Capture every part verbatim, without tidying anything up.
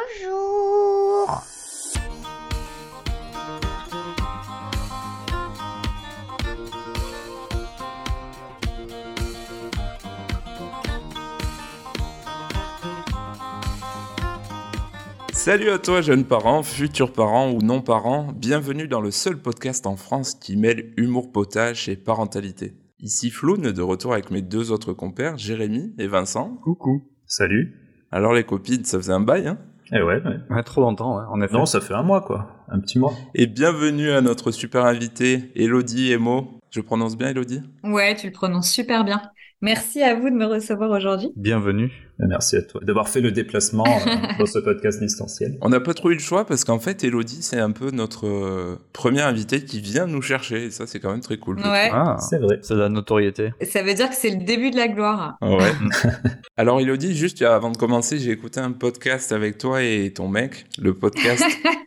Bonjour. Salut à toi jeunes parents, futurs parents ou non parents, bienvenue dans le seul podcast en France qui mêle humour potache et parentalité. Ici Floun, de retour avec mes deux autres compères, Jérémy et Vincent. Coucou. Salut. Alors les copines, ça faisait un bail, hein ? Eh ouais, ouais. Ouais, trop longtemps, ouais, en effet. Non, ça fait un mois, quoi. Un petit mois. Et bienvenue à notre super invité, Elodie Emo. Je prononce bien, Elodie ? Ouais, tu le prononces super bien. Merci à vous de me recevoir aujourd'hui. Bienvenue. Merci à toi d'avoir fait le déplacement euh, dans ce podcast distanciel. On n'a pas trop eu le choix parce qu'en fait, Elodie, c'est un peu notre euh, première invitée qui vient nous chercher. Et ça, c'est quand même très cool. Ouais. Ah, C'est vrai. c'est de la notoriété. Ça veut dire que c'est le début de la gloire. Ouais. Alors Elodie, juste avant de commencer, j'ai écouté un podcast avec toi et ton mec, le podcast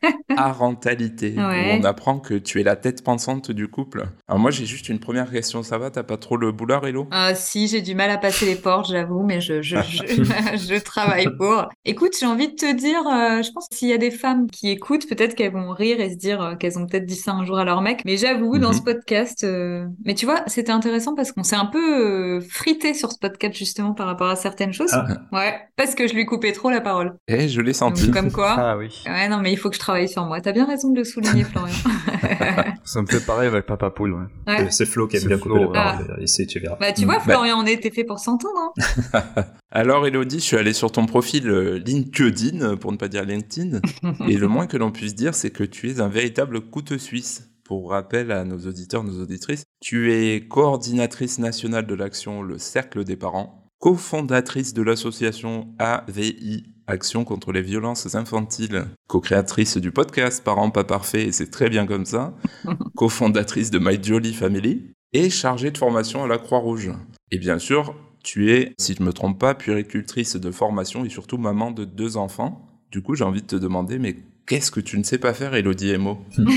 Parentalité, Ouais. où on apprend que tu es la tête pensante du couple. Alors moi, j'ai juste une première question, ça va ? T'as pas trop le boulard, Elo ? Euh, si, j'ai du mal à passer les portes, j'avoue, mais je, je, je, je travaille pour. Écoute, j'ai envie de te dire, euh, je pense que s'il y a des femmes qui écoutent, peut-être qu'elles vont rire et se dire euh, qu'elles ont peut-être dit ça un jour à leur mec. Mais j'avoue, dans Mhm. ce podcast, euh, mais tu vois, c'était intéressant parce qu'on s'est un peu euh, frité sur ce podcast justement par rapport à certaines choses. Ah. Ouais, parce que je lui coupais trop la parole. Eh, je l'ai senti. Donc comme quoi. Ah oui. Ouais, non, mais il faut que je travaille sur moi. T'as bien raison de le souligner, Florian. Ça me fait pareil avec Papa Poule, ouais. Ouais. C'est Flo qui aime C'est bien Flo, couper la ouais. parole. euh, Ici, tu verras. Bah, tu vois, Bah. Florian, on était fait pour s'entendre, hein. Alors Elodie, je suis allé sur ton profil euh, LinkedIn, pour ne pas dire LinkedIn, et le moins que l'on puisse dire, c'est que tu es un véritable couteau suisse. Pour rappel à nos auditeurs, nos auditrices, tu es coordinatrice nationale de l'action Le Cercle des Parents, cofondatrice de l'association A V I, Action contre les violences infantiles, co-créatrice du podcast Parents pas parfaits, et c'est très bien comme ça, cofondatrice de My Jolly Family, et chargée de formation à la Croix-Rouge. Et bien sûr, tu es, si je ne me trompe pas, puéricultrice de formation et surtout maman de deux enfants. Du coup, j'ai envie de te demander, mais qu'est-ce que tu ne sais pas faire, Elodie Emo ?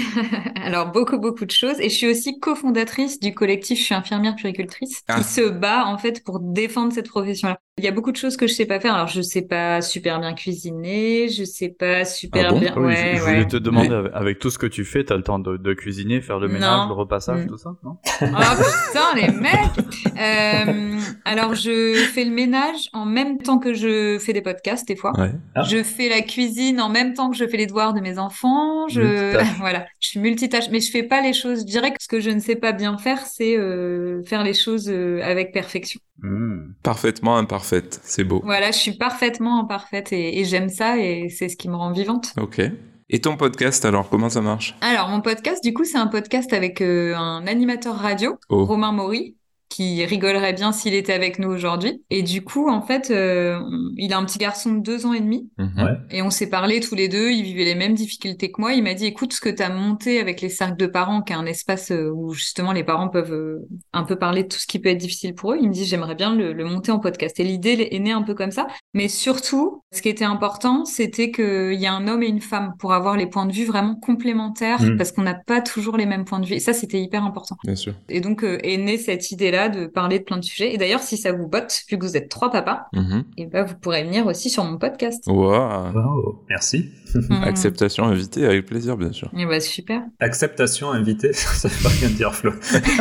Alors, beaucoup, beaucoup de choses. Et je suis aussi cofondatrice du collectif Je suis infirmière puéricultrice Ah. qui se bat, en fait, pour défendre cette profession-là. Il y a beaucoup de choses que je sais pas faire. Alors, je sais pas super bien cuisiner, je sais pas super Ah bon bien... Ah oui, ouais, je, je ouais. voulais te demander, Mais- avec, avec tout ce que tu fais, t'as le temps de, de cuisiner, faire le Non. ménage, le repassage, Mm. tout ça, non? Oh putain, les mecs! Euh, alors, je fais le ménage en même temps que je fais des podcasts, des fois. Ouais. Ah. Je fais la cuisine en même temps que je fais les devoirs de mes enfants. Je, Multitâche. voilà, je suis multitâche, mais je fais pas les choses. Je dirais que ce que je ne sais pas bien faire, c'est euh, faire les choses euh, avec perfection. Mm. Parfaitement imparfaite, c'est beau. Voilà, je suis parfaitement imparfaite et, et j'aime ça et c'est ce qui me rend vivante. Ok. Et ton podcast, alors, comment ça marche ? Alors, mon podcast, du coup, c'est un podcast avec euh, un animateur radio, Oh. Romain Maury, qui rigolerait bien s'il était avec nous aujourd'hui. Et du coup, en fait, euh, on- il a un petit garçon de deux ans et demi. Mhm. Ouais. Et on s'est parlé tous les deux, il vivait les mêmes difficultés que moi. Il m'a dit, écoute, ce que tu as monté avec les cercles de parents, qui est un espace euh, où justement les parents peuvent euh, un peu parler de tout ce qui peut être difficile pour eux. Il me dit, j'aimerais bien le, le monter en podcast. Et l'idée est née un peu comme ça. Mais surtout, ce qui était important, c'était qu'il y a un homme et une femme pour avoir les points de vue vraiment complémentaires, Mm. parce qu'on n'a pas toujours les mêmes points de vue. Et ça, c'était hyper important. Bien sûr. Et donc euh, est née cette idée-là de parler de plein de sujets. Et d'ailleurs, si ça vous botte, vu que vous êtes trois papas, Mhm. et ben vous pourrez venir aussi sur mon podcast. Ouah. Wow. Merci. Mhm. Acceptation invitée, avec plaisir, bien sûr. Et bah super. Acceptation invitée, ça veut pas rien dire, Flo.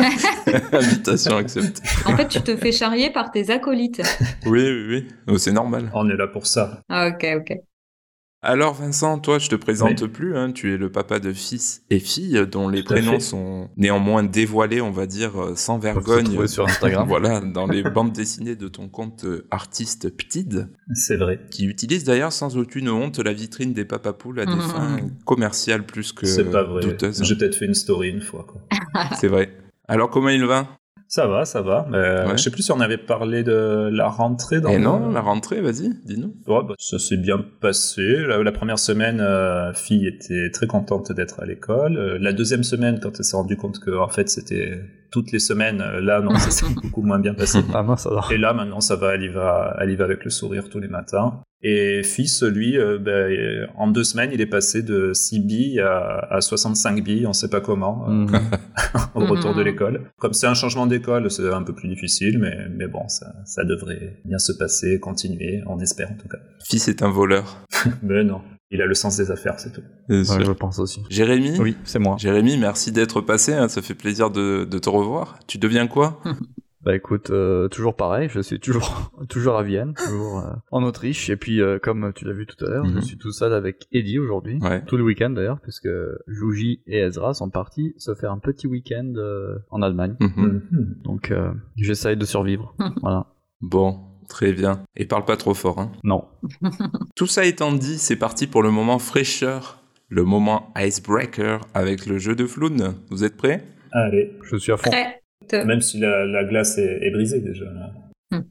Invitation acceptée. En fait, tu te fais charrier par tes acolytes. Oui, oui, oui. Oh, c'est normal. On est là pour ça. Ah, ok, ok. Alors Vincent, toi je te présente Oui. plus, hein, tu es le papa de fils et filles dont les Tout à prénoms fait. sont néanmoins dévoilés, on va dire, euh, sans On peut se vergogne. retrouver sur Instagram. Voilà, dans les bandes dessinées de ton compte euh, artiste Ptid, C'est vrai. qui utilise d'ailleurs sans aucune honte la vitrine des papapoules à des Mhm. fins commerciales plus que C'est pas vrai. douteuses. J'ai peut-être fait une story une fois, quoi. C'est vrai. Alors comment il va ? Ça va, ça va. Euh, Ouais. Je sais plus si on avait parlé de la rentrée dans Eh le- non, la rentrée, vas-y, dis-nous. Ouais, bah, ça s'est bien passé. La, la première semaine, euh, fille était très contente d'être à l'école. Euh, la deuxième semaine, quand elle s'est rendue compte que en fait c'était toutes les semaines. Euh, Là, non, ça s'est beaucoup moins bien passé. Ah mince alors. Et là, maintenant, ça va, elle y va, elle y va avec le sourire tous les matins. Et fils, lui, euh, ben, en deux semaines, il est passé de six billes à, à soixante-cinq billes, on sait pas comment, euh, Mhm. au retour de Mhm. l'école. Comme c'est un changement d'école, c'est un peu plus difficile, mais, mais bon, ça, ça devrait bien se passer, continuer, on espère en tout cas. Fils est un voleur. Mais non, il a le sens des affaires, c'est tout. Bien Ouais, sûr. je pense aussi. Jérémy Oui, c'est moi. Jérémy, merci d'être passé, hein, ça fait plaisir de, de te revoir. Tu deviens quoi? Bah écoute, euh, toujours pareil, je suis toujours toujours à Vienne, toujours euh, en Autriche, et puis euh, comme tu l'as vu tout à l'heure, Mhm. je suis tout seul avec Eddie aujourd'hui, Ouais. tout le week-end d'ailleurs, puisque Jouji et Ezra sont partis se faire un petit week-end euh, en Allemagne, Mhm. Mhm. donc euh, j'essaye de survivre, voilà. Bon, très bien. Et parle pas trop fort, hein. Non. Tout ça étant dit, c'est parti pour le moment fraîcheur, le moment icebreaker avec le jeu de Floun. Vous êtes prêts? Allez, Je suis à fond. Prêt. même si la, la glace est, est brisée déjà. Là.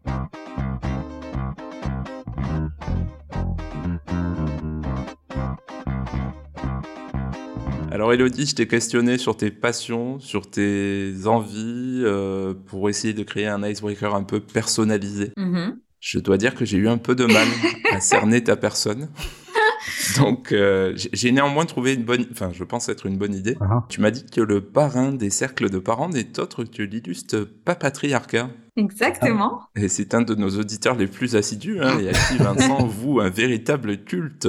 Alors Elodie, je t'ai questionné sur tes passions, sur tes envies, euh, pour essayer de créer un icebreaker un peu personnalisé. Mhm. Je dois dire que j'ai eu un peu de mal à cerner ta personne. Donc euh, j'ai- j'ai néanmoins trouvé une bonne, enfin je pense être une bonne idée. Ah. Tu m'as dit que le parrain des cercles de parents n'est autre que l'illustre papatriarcat. Exactement. Et c'est un de nos auditeurs les plus assidus, hein, et à qui Vincent voue un véritable culte.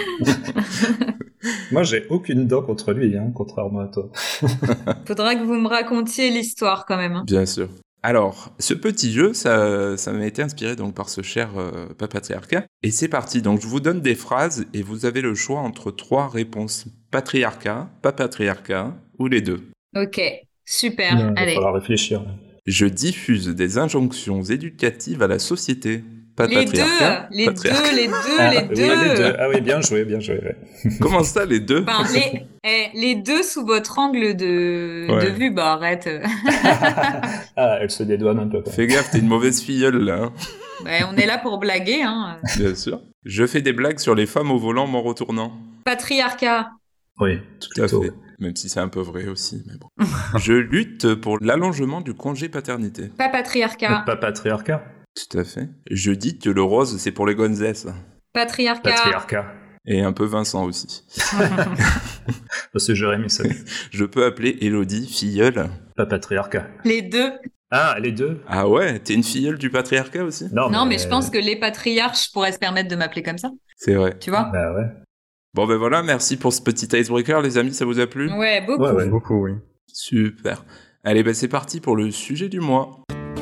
Moi, j'ai aucune dent contre lui, hein, contrairement à toi. Faudra que vous me racontiez l'histoire quand même. hein. Bien sûr. Alors, ce petit jeu, ça, ça m'a été inspiré donc par ce cher euh, papatriarcat. Et c'est parti. Donc, je vous donne des phrases et vous avez le choix entre trois réponses. Patriarcat, papatriarcat ou les deux. Ok, super. Il va Allez. falloir réfléchir. Je diffuse des injonctions éducatives à la société. Les deux, Papatriarcat, les patriarcat. deux, les deux, Ah, les oui, deux. les deux. Ah oui, bien joué, bien joué. ouais. Comment ça, les deux? Enfin, les, eh, les deux sous votre angle de, Ouais. de vue, bah arrête. Ah, elle se dédouane un peu. quoi. Fais gaffe, t'es une mauvaise filleule, là. hein. Ouais, on est là pour blaguer, hein. Bien sûr. Je fais des blagues sur les femmes au volant m'en retournant. Patriarcat. Oui, Tout à plutôt. fait. Même si c'est un peu vrai aussi, mais bon. Je lutte pour l'allongement du congé paternité. Pas patriarcat. Pas patriarcat. Tout à fait. Je dis que le rose, c'est pour les gonzesses. Patriarcat. Patriarcat. Et un peu Vincent aussi. Oh, c'est Jérémy, ça. Je peux appeler Élodie filleule. Pas patriarcat. Les deux. Ah, les deux. Ah ouais, t'es une filleule du patriarcat aussi? Non, mais je pense que les patriarches pourraient se permettre de m'appeler comme ça. C'est vrai. Tu vois? Bah ouais. Bon ben voilà, merci pour ce petit icebreaker les amis, ça vous a plu? Ouais, beaucoup. Ouais, ouais. Beaucoup, oui. Super. Allez, ben c'est parti pour le sujet du mois.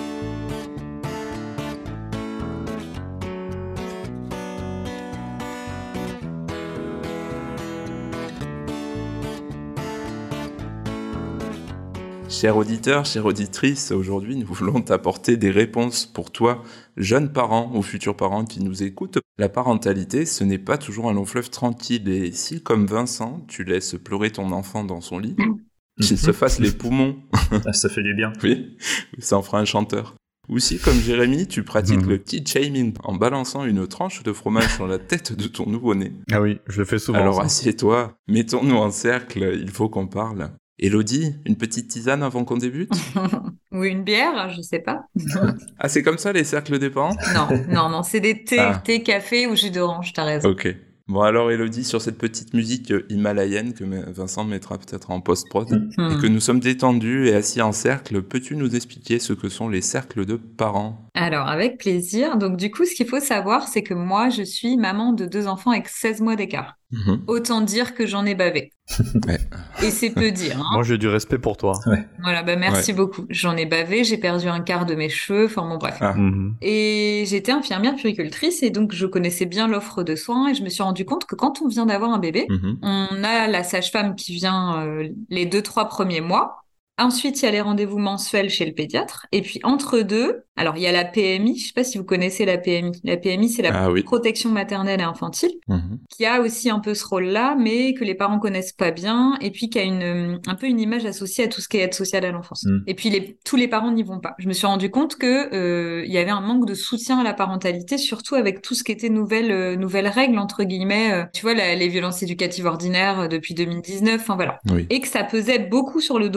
Chers auditeurs, chères auditrices, aujourd'hui nous voulons t'apporter des réponses pour toi, jeunes parents ou futurs parents qui nous écoutent. La parentalité, ce n'est pas toujours un long fleuve tranquille et si, comme Vincent, tu laisses pleurer ton enfant dans son lit, qu'il se fasse les poumons, Ah, ça fait du bien. oui, ça en fera un chanteur. Ou si, comme Jérémy, tu pratiques Mhm. le kid shaming en balançant une tranche de fromage sur la tête de ton nouveau-né. Ah oui, je le fais souvent. Alors ça. assieds-toi, mettons-nous en cercle, il faut qu'on parle. Élodie, une petite tisane avant qu'on débute? Ou une bière, je sais pas. Ah, c'est comme ça les cercles des parents? Non, non, non, c'est des thés, Ah. thé, café ou jus d'orange, t'as raison. Ok. Bon alors Élodie, sur cette petite musique euh, himalayenne que me- Vincent mettra peut-être en post-prod, Hmm. et que nous sommes détendus et assis en cercle, peux-tu nous expliquer ce que sont les cercles de parents? Alors, avec plaisir. Donc, du coup, ce qu'il faut savoir, c'est que moi, je suis maman de deux enfants avec seize mois d'écart. Mhm. Autant dire que j'en ai bavé. Ouais. Et c'est peu dire, hein. Moi, j'ai du respect pour toi. Voilà, bah merci beaucoup. J'en ai bavé, j'ai perdu un quart de mes cheveux, enfin bon, bref. Ah. Mhm. Et j'étais infirmière puéricultrice et donc je connaissais bien l'offre de soins et je me suis rendu compte que quand on vient d'avoir un bébé, Mhm. on a la sage-femme qui vient euh, les deux, trois premiers mois. Ensuite, il y a les rendez-vous mensuels chez le pédiatre. Et puis, entre deux, alors il y a la P M I. Je sais pas si vous connaissez la P M I. La P M I, c'est la Ah oui. protection maternelle et infantile, Mhm. qui a aussi un peu ce rôle-là, mais que les parents connaissent pas bien, et puis qui a une, un peu une image associée à tout ce qui est aide sociale à l'enfance. Mm. Et puis, les, tous les parents n'y vont pas. Je me suis rendu compte que euh, il y avait un manque de soutien à la parentalité, surtout avec tout ce qui était nouvelles, euh, nouvelles règles, entre guillemets. euh, tu vois, la- les violences éducatives ordinaires euh, depuis deux mille dix-neuf, enfin voilà. Oui. Et que ça pesait beaucoup sur le dos des femmes.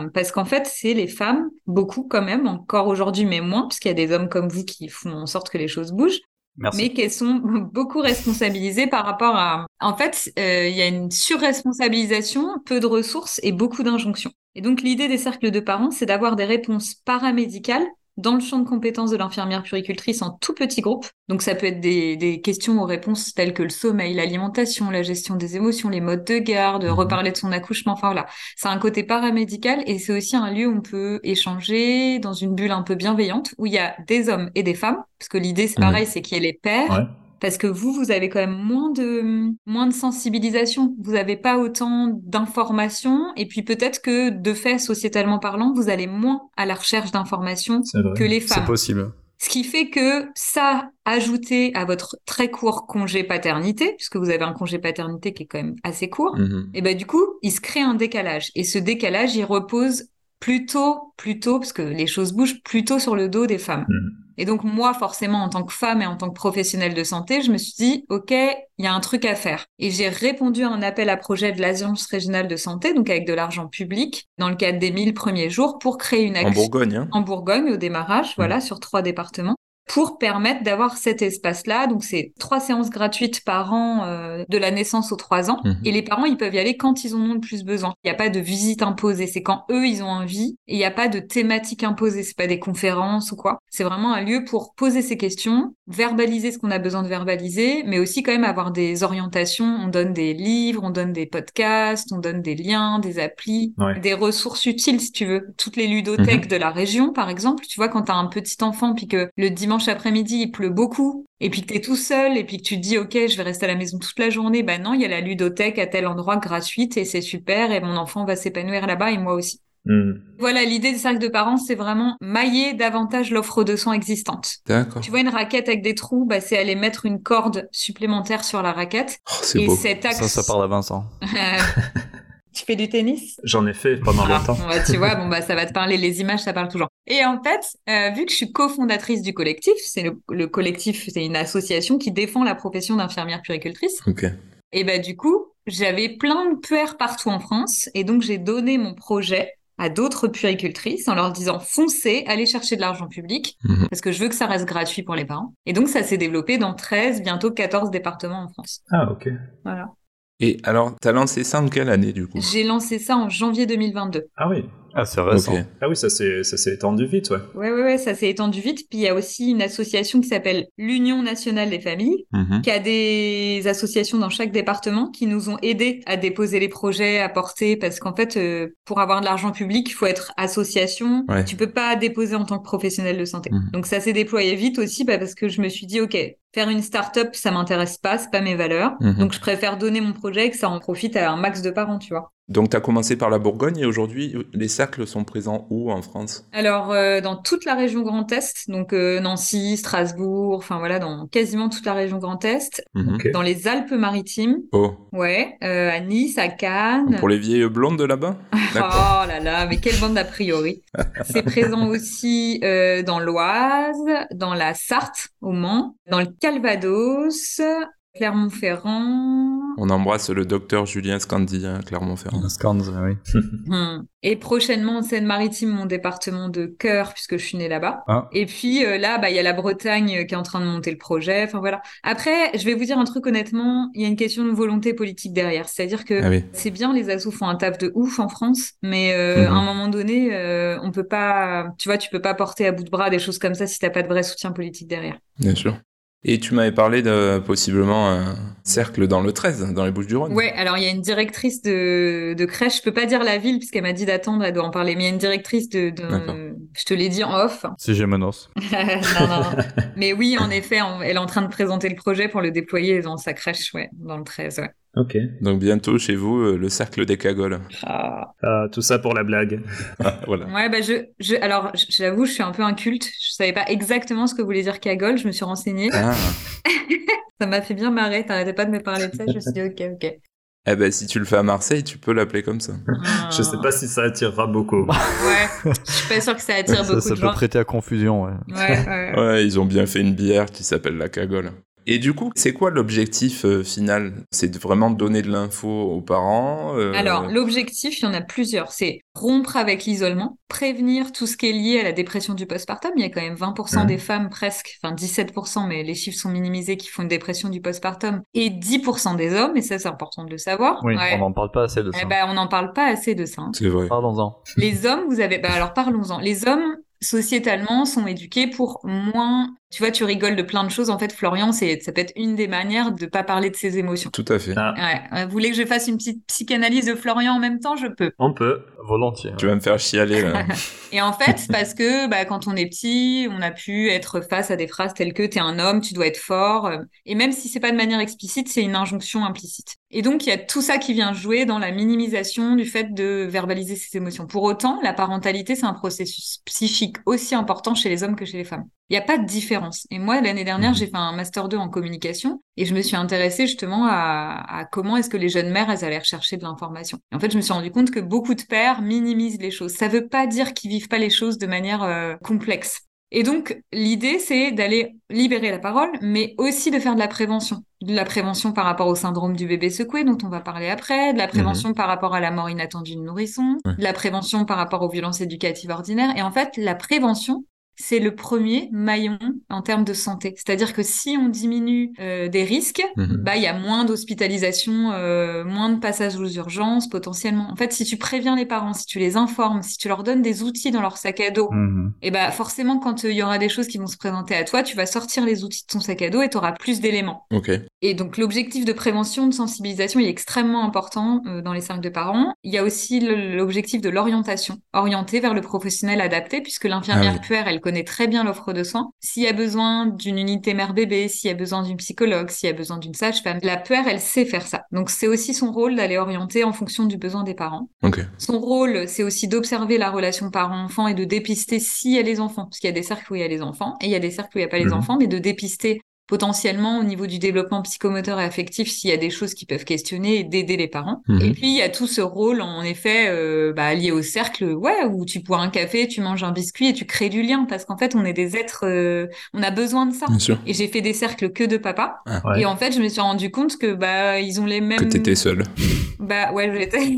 femmes. Parce qu'en fait, c'est les femmes, beaucoup quand même, encore aujourd'hui, mais moins, parce qu'il y a des hommes comme vous qui font en sorte que les choses bougent. Merci. Mais qu'elles sont beaucoup responsabilisées par rapport à... En fait, euh, il y a une surresponsabilisation, peu de ressources et beaucoup d'injonctions. Et donc, l'idée des cercles de parents, c'est d'avoir des réponses paramédicales dans le champ de compétences de l'infirmière puéricultrice en tout petit groupe. Donc, ça peut être des, des questions aux réponses telles que le sommeil, l'alimentation, la gestion des émotions, les modes de garde, mmh. reparler de son accouchement. Enfin, voilà. C'est un côté paramédical et c'est aussi un lieu où on peut échanger dans une bulle un peu bienveillante où il y a des hommes et des femmes. Parce que l'idée, c'est pareil, mmh. c'est qu'il y ait les pères. Ouais. Parce que vous, vous avez quand même moins de, moins de sensibilisation. Vous n'avez pas autant d'informations. Et puis peut-être que, de fait, sociétalement parlant, vous allez moins à la recherche d'informations que les femmes. C'est possible. Ce qui fait que ça, ajouté à votre très court congé paternité, puisque vous avez un congé paternité qui est quand même assez court, mmh. et ben du coup, il se crée un décalage. Et ce décalage, il repose plutôt, plutôt, parce que les choses bougent, plutôt sur le dos des femmes. Mmh. Et donc, moi, forcément, en tant que femme et en tant que professionnelle de santé, je me suis dit, OK, il y a un truc à faire. Et j'ai répondu à un appel à projet de l'Agence régionale de santé, donc avec de l'argent public, dans le cadre des mille premiers jours, pour créer une action. En Bourgogne, hein. En Bourgogne, au démarrage, mmh. voilà, sur trois départements, pour permettre d'avoir cet espace-là. Donc, c'est trois séances gratuites par an euh, de la naissance aux trois ans. Mmh. Et les parents, ils peuvent y aller quand ils en ont le plus besoin. Il n'y a pas de visite imposée. C'est quand eux, ils ont envie. Et il n'y a pas de thématique imposée. C'est pas des conférences ou quoi. C'est vraiment un lieu pour poser ces questions, verbaliser ce qu'on a besoin de verbaliser, mais aussi quand même avoir des orientations. On donne des livres, on donne des podcasts, on donne des liens, des applis, ouais. des ressources utiles, si tu veux. Toutes les ludothèques mmh. de la région, par exemple. Tu vois, quand t'as un petit enfant puis que le dimanche après-midi, il pleut beaucoup, et puis que t'es tout seul, et puis que tu te dis, OK, je vais rester à la maison toute la journée, bah non, il y a la ludothèque à tel endroit gratuite, et c'est super, et mon enfant va s'épanouir là-bas, et moi aussi. Mmh. Voilà, l'idée des cercles de parents, c'est vraiment mailler davantage l'offre de soins existante. D'accord. Tu vois une raquette avec des trous, bah c'est aller mettre une corde supplémentaire sur la raquette. Oh, c'est et beau. Cet axe... Ça, ça parle à Vincent. Tu fais du tennis ? J'en ai fait pendant ah, longtemps. Bah, tu vois, bon bah ça va te parler, les images, ça parle toujours. Et en fait, euh, vu que je suis cofondatrice du collectif, c'est le, le collectif, c'est une association qui défend la profession d'infirmière puéricultrice. Ok. Et bah du coup, j'avais plein de puères partout en France, et donc j'ai donné mon projet à d'autres puéricultrices en leur disant foncez, allez chercher de l'argent public, mmh. parce que je veux que ça reste gratuit pour les parents. Et donc ça s'est développé dans treize, bientôt quatorze départements en France. Ah ok. Voilà. Et alors, t'as lancé ça en quelle année, du coup ? J'ai lancé ça en janvier deux mille vingt-deux. Ah oui. Ah, c'est récent. Okay. Ah oui, ça s'est, ça s'est étendu vite, ouais. Ouais, ouais, ouais, ça s'est étendu vite. Puis il y a aussi une association qui s'appelle l'Union nationale des familles, mmh. qui a des associations dans chaque département qui nous ont aidés à déposer les projets, à porter, parce qu'en fait, euh, pour avoir de l'argent public, il faut être association. Ouais. Tu peux pas déposer en tant que professionnel de santé. Mmh. Donc ça s'est déployé vite aussi, bah, parce que je me suis dit, OK, faire une start-up, ça m'intéresse pas, c'est pas mes valeurs. Mmh. Donc je préfère donner mon projet et que ça en profite à un max de parents, tu vois. Donc, tu as commencé par la Bourgogne et aujourd'hui, les cercles sont présents où en France ? Alors, euh, dans toute la région Grand Est, donc euh, Nancy, Strasbourg, enfin voilà, dans quasiment toute la région Grand Est, mmh. okay. dans les Alpes-Maritimes, oh. ouais, euh, à Nice, à Cannes. Pour les vieilles blondes de là-bas ? Oh là là, mais quelle bande a priori. C'est présent aussi euh, dans l'Oise, dans la Sarthe, au Mans, dans le Calvados, Clermont-Ferrand. On embrasse le docteur Julien Scandi à Clermont-Ferrand. Scandi, oui. Et prochainement en Seine-Maritime, mon département de cœur, puisque je suis née là-bas. Ah. Et puis euh, là, bah il y a la Bretagne qui est en train de monter le projet. Enfin voilà. Après, je vais vous dire un truc honnêtement, il y a une question de volonté politique derrière. C'est-à-dire que ah oui. c'est bien, les assos font un taf de ouf en France, mais euh, mm-hmm. à un moment donné, euh, on peut pas, tu vois, tu peux pas porter à bout de bras des choses comme ça si t'as pas de vrai soutien politique derrière. Bien sûr. Et tu m'avais parlé de possiblement un cercle dans le treize, dans les Bouches-du-Rhône. Ouais, alors il y a une directrice de, de crèche, je peux pas dire la ville puisqu'elle m'a dit d'attendre, elle doit en parler, mais il y a une directrice de, de je te l'ai dit en off. Si j'ai menace. non, non, non. Mais oui, en effet, on, elle est en train de présenter le projet pour le déployer dans sa crèche, ouais, dans le treize, ouais. Ok. Donc bientôt chez vous, euh, le cercle des cagoles. Ah. Ah, tout ça pour la blague. Voilà. Ouais, bah je, je, alors j'avoue, je suis un peu inculte. Je savais pas exactement ce que voulait dire cagole. Je me suis renseignée. Ah. Ça m'a fait bien marrer. T'arrêtais pas de me parler de ça. Je me suis dit ok, ok. Eh ben, si tu le fais à Marseille, tu peux l'appeler comme ça. Ah. Je sais pas si ça attirera beaucoup. Ouais, je suis pas sûre que ça attire ça, beaucoup ça de gens. Ça peut prêter à confusion, ouais. Ouais, ouais. Ouais, ils ont bien fait une bière qui s'appelle la cagole. Et du coup, c'est quoi l'objectif euh, final? C'est de vraiment donner de l'info aux parents euh... Alors, l'objectif, il y en a plusieurs. C'est rompre avec l'isolement, prévenir tout ce qui est lié à la dépression du postpartum. Il y a quand même vingt pour cent mmh. des femmes presque, enfin dix-sept pour cent, mais les chiffres sont minimisés, qui font une dépression du postpartum, et dix pour cent des hommes, et ça c'est important de le savoir. Oui, ouais. on n'en parle pas assez de ça. Eh ben, on n'en parle pas assez de ça. Hein. C'est vrai. Parlons-en. Les hommes, vous avez... Bah alors parlons-en. Les hommes, sociétalement, sont éduqués pour moins... Tu vois, tu rigoles de plein de choses. En fait, Florian, c'est, ça peut être une des manières de pas parler de ses émotions. Tout à fait. Ah. Ouais. Vous voulez que je fasse une petite psychanalyse de Florian en même temps? Je peux. On peut. Volontiers. Tu vas me faire chialer, là. Et en fait, c'est parce que bah, quand on est petit, on a pu être face à des phrases telles que « t'es un homme, tu dois être fort ». Et même si c'est pas de manière explicite, c'est une injonction implicite. Et donc, il y a tout ça qui vient jouer dans la minimisation du fait de verbaliser ses émotions. Pour autant, la parentalité, c'est un processus psychique aussi important chez les hommes que chez les femmes. Il n'y a pas de différence. Et moi, l'année dernière, mmh. j'ai fait un master deux en communication et je me suis intéressée justement à, à comment est-ce que les jeunes mères, elles allaient rechercher de l'information. Et en fait, je me suis rendu compte que beaucoup de pères minimisent les choses. Ça veut pas dire qu'ils vivent pas les choses de manière euh, complexe. Et donc, l'idée, c'est d'aller libérer la parole, mais aussi de faire de la prévention. De la prévention par rapport au syndrome du bébé secoué, dont on va parler après, de la prévention mmh. par rapport à la mort inattendue de nourrisson, ouais. de la prévention par rapport aux violences éducatives ordinaires. Et en fait, la prévention, c'est le premier maillon en termes de santé. C'est-à-dire que si on diminue euh, des risques, mmh. bah il y a moins d'hospitalisation, euh, moins de passages aux urgences potentiellement. En fait, si tu préviens les parents, si tu les informes, si tu leur donnes des outils dans leur sac à dos, mmh. et bah forcément quand il euh, y aura des choses qui vont se présenter à toi, tu vas sortir les outils de ton sac à dos et tu auras plus d'éléments. Okay. Et donc l'objectif de prévention, de sensibilisation, il est extrêmement important euh, dans les cercles de parents. Il y a aussi le, l'objectif de l'orientation, orienter vers le professionnel adapté, puisque l'infirmière ah oui. puère, elle connaît très bien l'offre de soins. S'il y a besoin d'une unité mère-bébé, s'il y a besoin d'une psychologue, s'il y a besoin d'une sage-femme, la puère, elle sait faire ça. Donc c'est aussi son rôle d'aller orienter en fonction du besoin des parents. Okay. Son rôle, c'est aussi d'observer la relation parent-enfant et de dépister s'il y a les enfants. Parce qu'il y a des cercles où il y a les enfants et il y a des cercles où il n'y a pas les mmh. enfants, mais de dépister potentiellement au niveau du développement psychomoteur et affectif s'il y a des choses qui peuvent questionner et d'aider les parents. Mmh. Et puis il y a tout ce rôle en effet euh, bah, lié au cercle, ouais, où tu bois un café, tu manges un biscuit et tu crées du lien parce qu'en fait on est des êtres, euh, on a besoin de ça. Bien sûr. Et j'ai fait des cercles que de papa ah, ouais. et en fait je me suis rendu compte que bah ils ont les mêmes. Que t'étais seule. Bah ouais j'étais. ouais,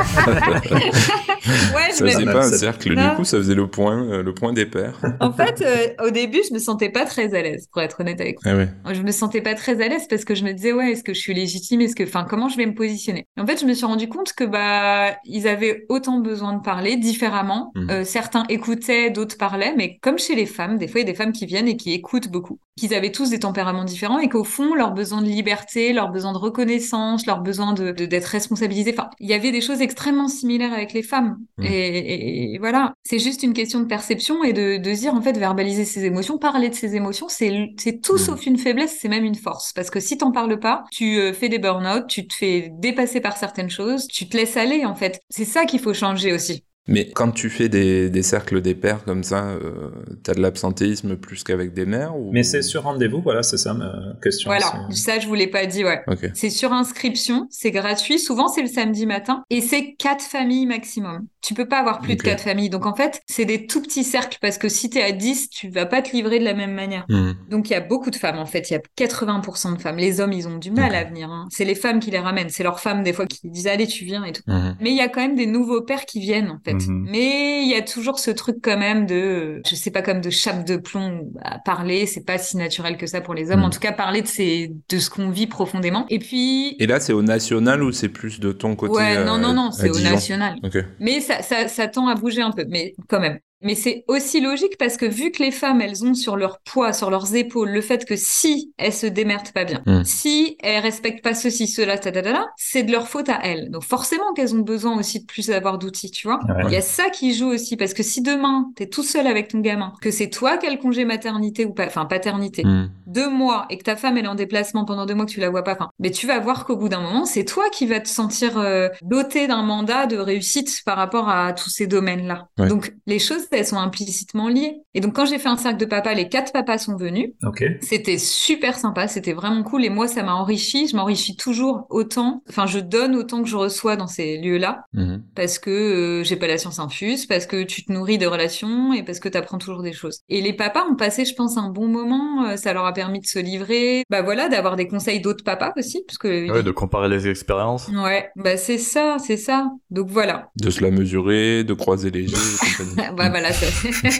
je ça faisait pas un cercle, non. Du coup ça faisait le point, euh, le point des pères. En fait euh, au début je me sentais pas très à l'aise pour être honnête avec vous. Ah ouais. Je me sentais pas très à l'aise parce que je me disais ouais est-ce que je suis légitime, est-ce que enfin comment je vais me positionner. Et en fait je me suis rendu compte que bah ils avaient autant besoin de parler différemment. Mmh. Euh, certains écoutaient, d'autres parlaient, mais comme chez les femmes, des fois il y a des femmes qui viennent et qui écoutent beaucoup. Qu'ils avaient tous des tempéraments différents et qu'au fond leur besoin de liberté, leur besoin de reconnaissance, leur besoin de, de d'être responsabilisé. Enfin il y avait des choses extrêmement similaires avec les femmes. Mmh. Et, et, et voilà c'est juste une question de perception et de, de dire en fait verbaliser ses émotions, parler de ses émotions, c'est c'est tout mmh. sauf une faiblesse. C'est même une force parce que si t'en parles pas, tu euh, fais des burn-out, tu te fais dépasser par certaines choses, tu te laisses aller en fait. C'est ça qu'il faut changer aussi. Mais quand tu fais des, des cercles des pères comme ça, euh, t'as de l'absentéisme plus qu'avec des mères ou... Mais c'est sur rendez-vous, voilà, c'est ça ma question. Voilà, c'est... ça je vous l'ai pas dit, ouais. Okay. C'est sur inscription, c'est gratuit, souvent c'est le samedi matin, et c'est quatre familles maximum. Tu peux pas avoir plus okay. de quatre familles, donc en fait, c'est des tout petits cercles, parce que si t'es à dix, tu vas pas te livrer de la même manière. Mmh. Donc il y a beaucoup de femmes, en fait, il y a quatre-vingts pour cent de femmes. Les hommes, ils ont du mal okay. à venir, hein. C'est les femmes qui les ramènent, c'est leurs femmes des fois qui disent « Allez, tu viens » et tout. Mmh. Mais il y a quand même des nouveaux pères qui viennent, en fait. Mmh. Mais il y a toujours ce truc quand même de, je sais pas, comme de chape de plomb à parler, c'est pas si naturel que ça pour les hommes. Mmh. En tout cas, parler de, ces, de ce qu'on vit profondément. Et puis... Et là, c'est au national ou c'est plus de ton côté? Ouais, non, non, non, c'est au national. Okay. Mais ça, ça, ça tend à bouger un peu, mais quand même. Mais c'est aussi logique parce que vu que les femmes, elles ont sur leur poids, sur leurs épaules, le fait que si elles se démerdent pas bien, mmh. si elles respectent pas ceci, cela, tadadada, c'est de leur faute à elles. Donc forcément qu'elles ont besoin aussi de plus d'avoir d'outils, tu vois. Il ouais. y a ça qui joue aussi parce que si demain, t'es tout seul avec ton gamin, que c'est toi qui as le congé maternité ou pas, enfin paternité, mmh. deux mois et que ta femme elle est en déplacement pendant deux mois que tu la vois pas, enfin, mais tu vas voir qu'au bout d'un moment, c'est toi qui vas te sentir euh, doté d'un mandat de réussite par rapport à tous ces domaines-là. Ouais. Donc les choses elles sont implicitement liées. Et donc, quand j'ai fait un cercle de papas, les quatre papas sont venus. Ok. C'était super sympa, c'était vraiment cool. Et moi, ça m'a enrichi. Je m'enrichis toujours autant. Enfin, je donne autant que je reçois dans ces lieux-là. Mhm. Parce que euh, j'ai pas la science infuse, parce que tu te nourris de relations et parce que tu apprends toujours des choses. Et les papas ont passé, je pense, un bon moment. euh, Ça leur a permis de se livrer. Bah voilà, d'avoir des conseils d'autres papas aussi. Parce que... Ouais, de comparer les expériences. Ouais, bah c'est ça, c'est ça. Donc voilà. De se la mesurer, de croiser les jeux et compagnie. Bah voilà, ça.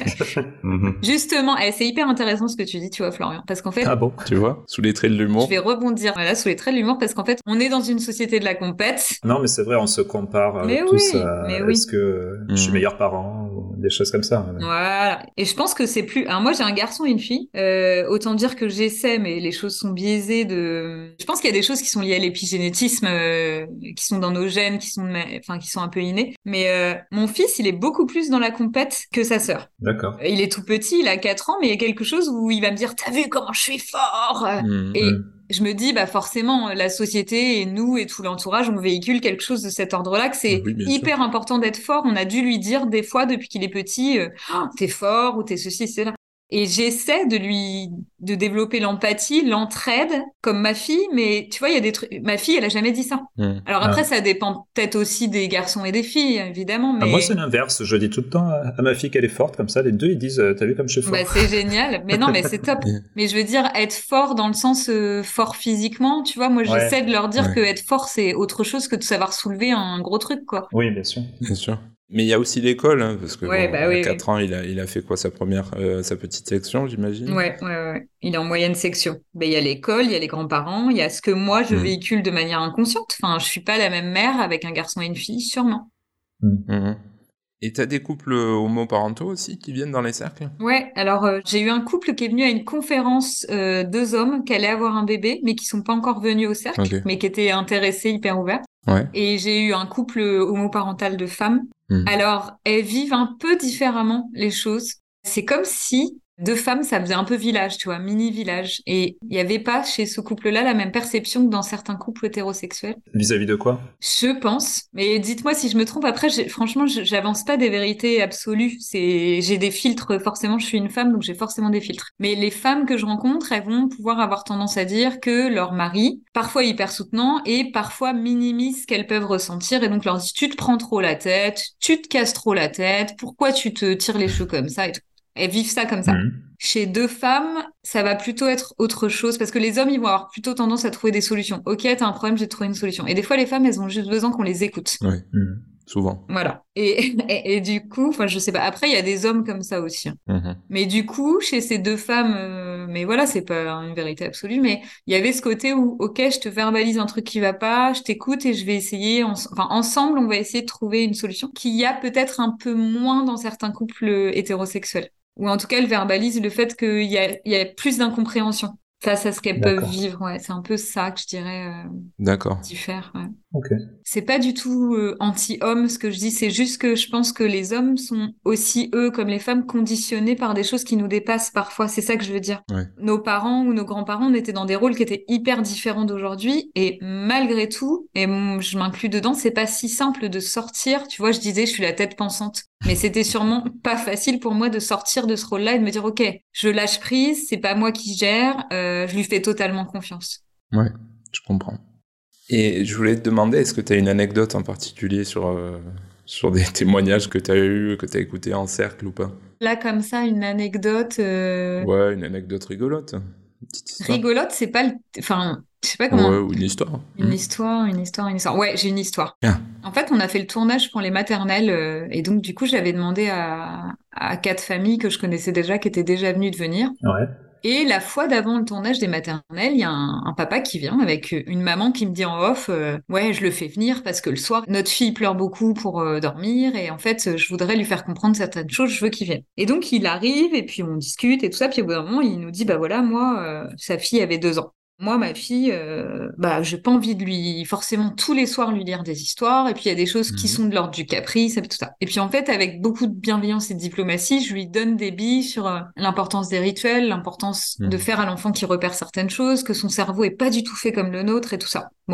Mhm. Justement, eh, c'est hyper intéressant ce que tu dis, tu vois, Florian. Parce qu'en fait, Ah bon? Tu vois, sous les traits de l'humour. je vais rebondir voilà, sous les traits de l'humour parce qu'en fait, on est dans une société de la compète. Non, mais c'est vrai, on se compare euh, Mais tous oui, à mais oui. est-ce que je suis Mhm. meilleur parent ou des choses comme ça. ouais. Voilà. Et je pense que c'est plus. Alors moi, j'ai un garçon et une fille. Euh, autant dire que j'essaie, mais les choses sont biaisées. De. Je pense qu'il y a des choses qui sont liées à l'épigénétisme, euh, qui sont dans nos gènes, qui sont, enfin, qui sont un peu innées. Mais euh, mon fils, il est beaucoup plus dans la compète que sa sœur. D'accord. Il est tout petit, il a quatre ans, mais il y a quelque chose où il va me dire, t'as vu comment je suis fort? Mhm. Et Mm. je me dis, bah forcément, la société et nous et tout l'entourage, on véhicule quelque chose de cet ordre-là, que c'est Oui, bien hyper important d'être fort. On a dû lui dire des fois, depuis qu'il est petit, euh, oh, t'es fort ou t'es ceci, c'est là. Et j'essaie de lui, de développer l'empathie, l'entraide, comme ma fille, mais tu vois, il y a des trucs, ma fille, elle a jamais dit ça. Mhm. Alors après, Ah. ça dépend peut-être aussi des garçons et des filles, évidemment, mais... Ah, moi, c'est l'inverse. Je dis tout le temps à à ma fille qu'elle est forte, comme ça, les deux, ils disent euh, t'as vu comme je suis fort? Bah, c'est génial. Mais non, mais c'est top. Ouais. Mais je veux dire, être fort dans le sens euh, fort physiquement, tu vois, moi, Ouais. j'essaie de leur dire Ouais. que être fort, c'est autre chose que de savoir soulever un gros truc, quoi. Oui, bien sûr. Bien sûr. Mais il y a aussi l'école, hein, parce que Ouais, bon, bah à oui, quatre ans, il a, il a fait quoi, sa première, euh, sa petite section, j'imagine. Ouais, ouais, ouais. Il est en moyenne section. Ben, il y a l'école, il y a les grands-parents, il y a ce que moi, je Mm. véhicule de manière inconsciente. Enfin, je suis pas la même mère avec un garçon et une fille, sûrement. Mm. Mhm. Et t'as des couples homoparentaux aussi qui viennent dans les cercles? Ouais, alors euh, j'ai eu un couple qui est venu à une conférence, euh, deux hommes qui allaient avoir un bébé, mais qui sont pas encore venus au cercle, Ok. mais qui étaient intéressés, hyper ouverts. Ouais. Et j'ai eu un couple homoparental de femmes. Mm. Alors, elles vivent un peu différemment les choses. C'est comme si deux femmes, ça faisait un peu village, tu vois, mini-village. Et il n'y avait pas chez ce couple-là la même perception que dans certains couples hétérosexuels. Vis-à-vis de quoi? Je pense. Mais dites-moi si je me trompe. Après, j'ai- franchement, je- j'avance pas des vérités absolues. C'est, j'ai des filtres. Forcément, je suis une femme, donc j'ai forcément des filtres. Mais les femmes que je rencontre, elles vont pouvoir avoir tendance à dire que leur mari, parfois hyper soutenant et parfois minimise ce qu'elles peuvent ressentir et donc leur dit tu te prends trop la tête, tu te casses trop la tête, pourquoi tu te tires les cheveux comme ça et tout. Elles vivent ça comme ça. Mm. Chez deux femmes, ça va plutôt être autre chose parce que les hommes, ils vont avoir plutôt tendance à trouver des solutions. Ok, t'as un problème, j'ai trouvé une solution. Et des fois, les femmes, elles ont juste besoin qu'on les écoute. Ouais. Mm. Souvent. Voilà. Et, et, et du coup, enfin, je sais pas. Après, il y a des hommes comme ça aussi. hein. Mhm. Mais du coup, chez ces deux femmes, euh, mais voilà, c'est pas une vérité absolue, mais il y avait ce côté où, ok, je te verbalise un truc qui va pas, je t'écoute et je vais essayer, en- enfin, ensemble, on va essayer de trouver une solution qu'il y a peut-être un peu moins dans certains couples hétérosexuels. Ou en tout cas, elle verbalise le fait qu'il y a, il y a plus d'incompréhension face à ce qu'elles peuvent D'accord. vivre. Ouais, c'est un peu ça que je dirais euh, D'accord. diffère. Ouais. Ok. C'est pas du tout euh, anti-homme ce que je dis, c'est juste que je pense que les hommes sont aussi, eux, comme les femmes, conditionnés par des choses qui nous dépassent parfois. C'est ça que je veux dire. Ouais. Nos parents ou nos grands-parents, on était dans des rôles qui étaient hyper différents d'aujourd'hui. Et malgré tout, et mon- je m'inclus dedans, c'est pas si simple de sortir. Tu vois, je disais, je suis la tête pensante. Mais c'était sûrement pas facile pour moi de sortir de ce rôle-là et de me dire, OK, je lâche prise, c'est pas moi qui gère, euh, je lui fais totalement confiance. Ouais, je comprends. Et je voulais te demander, est-ce que tu as une anecdote en particulier sur, euh, sur des témoignages que tu as eus, que tu as écoutés en cercle ou pas? Là, comme ça, une anecdote... euh, Ouais, une anecdote rigolote. Une petite histoire. rigolote, c'est pas le... Enfin, je sais pas comment... Ouais, ou une histoire. Une Hmm. histoire, une histoire, une histoire. Ouais, j'ai une histoire. Ah. En fait, on a fait le tournage pour les maternelles euh, et donc du coup, j'avais demandé à, à quatre familles que je connaissais déjà, qui étaient déjà venues de venir. Ouais. Et la fois d'avant le tournage des maternelles, il y a un, un papa qui vient avec une maman qui me dit en off, euh, ouais, je le fais venir parce que le soir, notre fille pleure beaucoup pour euh, dormir et en fait, je voudrais lui faire comprendre certaines choses, je veux qu'il vienne. Et donc, il arrive et puis on discute et tout ça, puis au bout d'un moment, il nous dit, bah voilà, moi, euh, sa fille avait deux ans. Moi, ma fille, euh, bah, j'ai pas envie de lui, forcément, tous les soirs lui lire des histoires. Et puis, il y a des choses qui Mhm. sont de l'ordre du caprice et tout ça. Et puis, en fait, avec beaucoup de bienveillance et de diplomatie, je lui donne des billes sur euh, l'importance des rituels, l'importance Mhm. de faire à l'enfant qui repère certaines choses, que son cerveau est pas du tout fait comme le nôtre et tout ça. Bon, bref.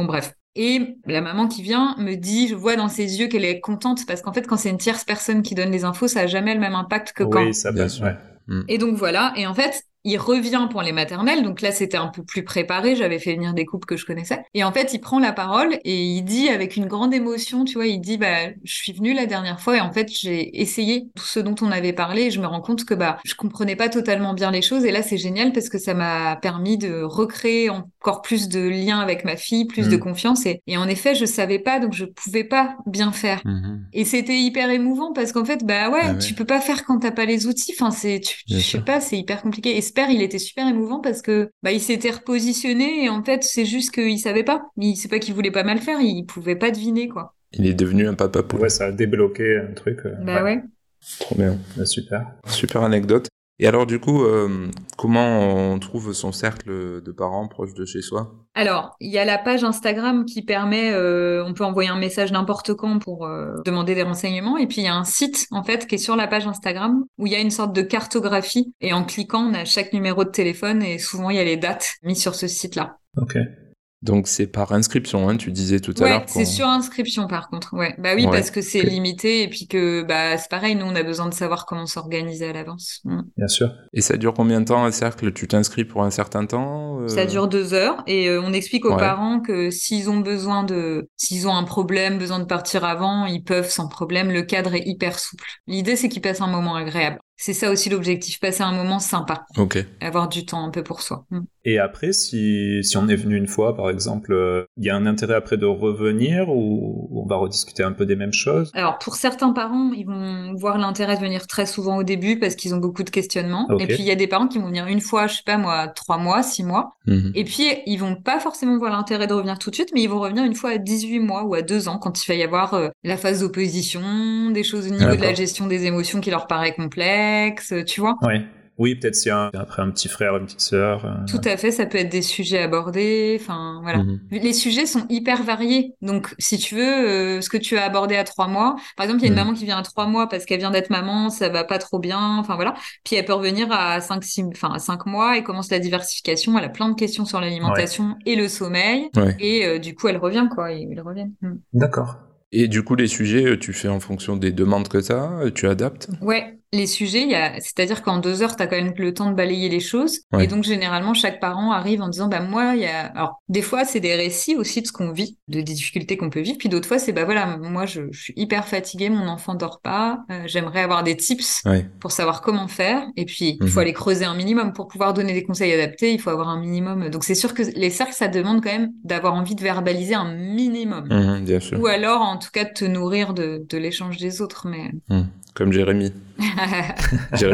Et la maman qui vient me dit, je vois dans ses yeux qu'elle est contente parce qu'en fait, quand c'est une tierce personne qui donne les infos, ça a jamais le même impact que quand. Oui, ça passe, ouais. Et donc voilà, et en fait, il revient pour les maternelles, donc là c'était un peu plus préparé, j'avais fait venir des couples que je connaissais, et en fait il prend la parole et il dit avec une grande émotion, tu vois, il dit bah je suis venue la dernière fois et en fait j'ai essayé tout ce dont on avait parlé et je me rends compte que bah je comprenais pas totalement bien les choses et là c'est génial parce que ça m'a permis de recréer encore plus de liens avec ma fille, plus mmh. de confiance et, et en effet je savais pas donc je pouvais pas bien faire mmh. et c'était hyper émouvant parce qu'en fait bah ouais, ah ouais. tu peux pas faire quand t'as pas les outils, enfin c'est tu, je sais pas, c'est hyper compliqué. Et Sper, il était super émouvant parce que bah il s'était repositionné et en fait c'est juste qu'il savait pas. Il sait pas qu'il voulait pas mal faire, il pouvait pas deviner quoi. Il est devenu un papa poule. Ouais, ça a débloqué un truc. Euh, bah ouais. ouais. Trop bien. Bah, super. Super anecdote. Et alors du coup, euh, comment on trouve son cercle de parents proche de chez soi ? Alors, il y a la page Instagram qui permet, euh, on peut envoyer un message n'importe quand pour euh, demander des renseignements. Et puis, il y a un site, en fait, qui est sur la page Instagram où il y a une sorte de cartographie. Et en cliquant, on a chaque numéro de téléphone et souvent, il y a les dates mises sur ce site-là. Ok. Donc c'est par inscription, hein, tu disais tout à ouais, l'heure. Ouais, c'est sur inscription par contre. Ouais, bah oui, ouais. Parce que c'est okay. limité et puis que bah c'est pareil, nous on a besoin de savoir comment s'organiser à l'avance. Mm. Bien sûr. Et ça dure combien de temps un cercle ? Tu t'inscris pour un certain temps ? euh... Ça dure deux heures et euh, on explique aux ouais. parents que s'ils ont besoin de, s'ils ont un problème, besoin de partir avant, ils peuvent sans problème. Le cadre est hyper souple. L'idée c'est qu'ils passent un moment agréable. C'est ça aussi l'objectif, passer un moment sympa. Ok. Avoir du temps un peu pour soi. Mm. Et après, si, si on est venu une fois, par exemple, il euh, y a un intérêt après de revenir ou on va rediscuter un peu des mêmes choses ? Alors, pour certains parents, ils vont voir l'intérêt de venir très souvent au début parce qu'ils ont beaucoup de questionnements. Okay. Et puis, il y a des parents qui vont venir une fois, je sais pas moi, trois mois, six mois. Mm-hmm. Et puis, ils vont pas forcément voir l'intérêt de revenir tout de suite, mais ils vont revenir une fois à dix-huit mois ou à deux ans quand il va y avoir euh, la phase d'opposition, des choses au niveau D'accord. de la gestion des émotions qui leur paraît complexe, tu vois ? Oui. Oui, peut-être s'il y a un, après un petit frère, une petite sœur. Euh... Tout à fait, ça peut être des sujets abordés. Enfin, voilà. Mmh. Les sujets sont hyper variés. Donc, si tu veux, euh, ce que tu as abordé à trois mois, par exemple, il y a une mmh. maman qui vient à trois mois parce qu'elle vient d'être maman, ça va pas trop bien. Enfin, voilà. Puis elle peut revenir à cinq, six, enfin, à cinq mois et commence la diversification. Elle a plein de questions sur l'alimentation ouais. et le sommeil. Ouais. Et euh, du coup, elle revient, quoi. Et ils reviennent. Mmh. D'accord. Et du coup, les sujets, tu fais en fonction des demandes que tu as, tu adaptes ? Ouais. Les sujets, il y a, c'est-à-dire qu'en deux heures, t'as quand même le temps de balayer les choses. Ouais. Et donc, généralement, chaque parent arrive en disant, bah, moi, il y a, alors, des fois, c'est des récits aussi de ce qu'on vit, de des difficultés qu'on peut vivre. Puis d'autres fois, c'est, bah, voilà, moi, je, je suis hyper fatiguée, mon enfant dort pas, euh, j'aimerais avoir des tips ouais. pour savoir comment faire. Et puis, il mmh. faut aller creuser un minimum pour pouvoir donner des conseils adaptés. Il faut avoir un minimum. Donc, c'est sûr que les cercles, ça demande quand même d'avoir envie de verbaliser un minimum. Mmh, bien sûr. Ou alors, en tout cas, de te nourrir de, de l'échange des autres, mais. Mmh. Comme Jérémy. Jérémy ?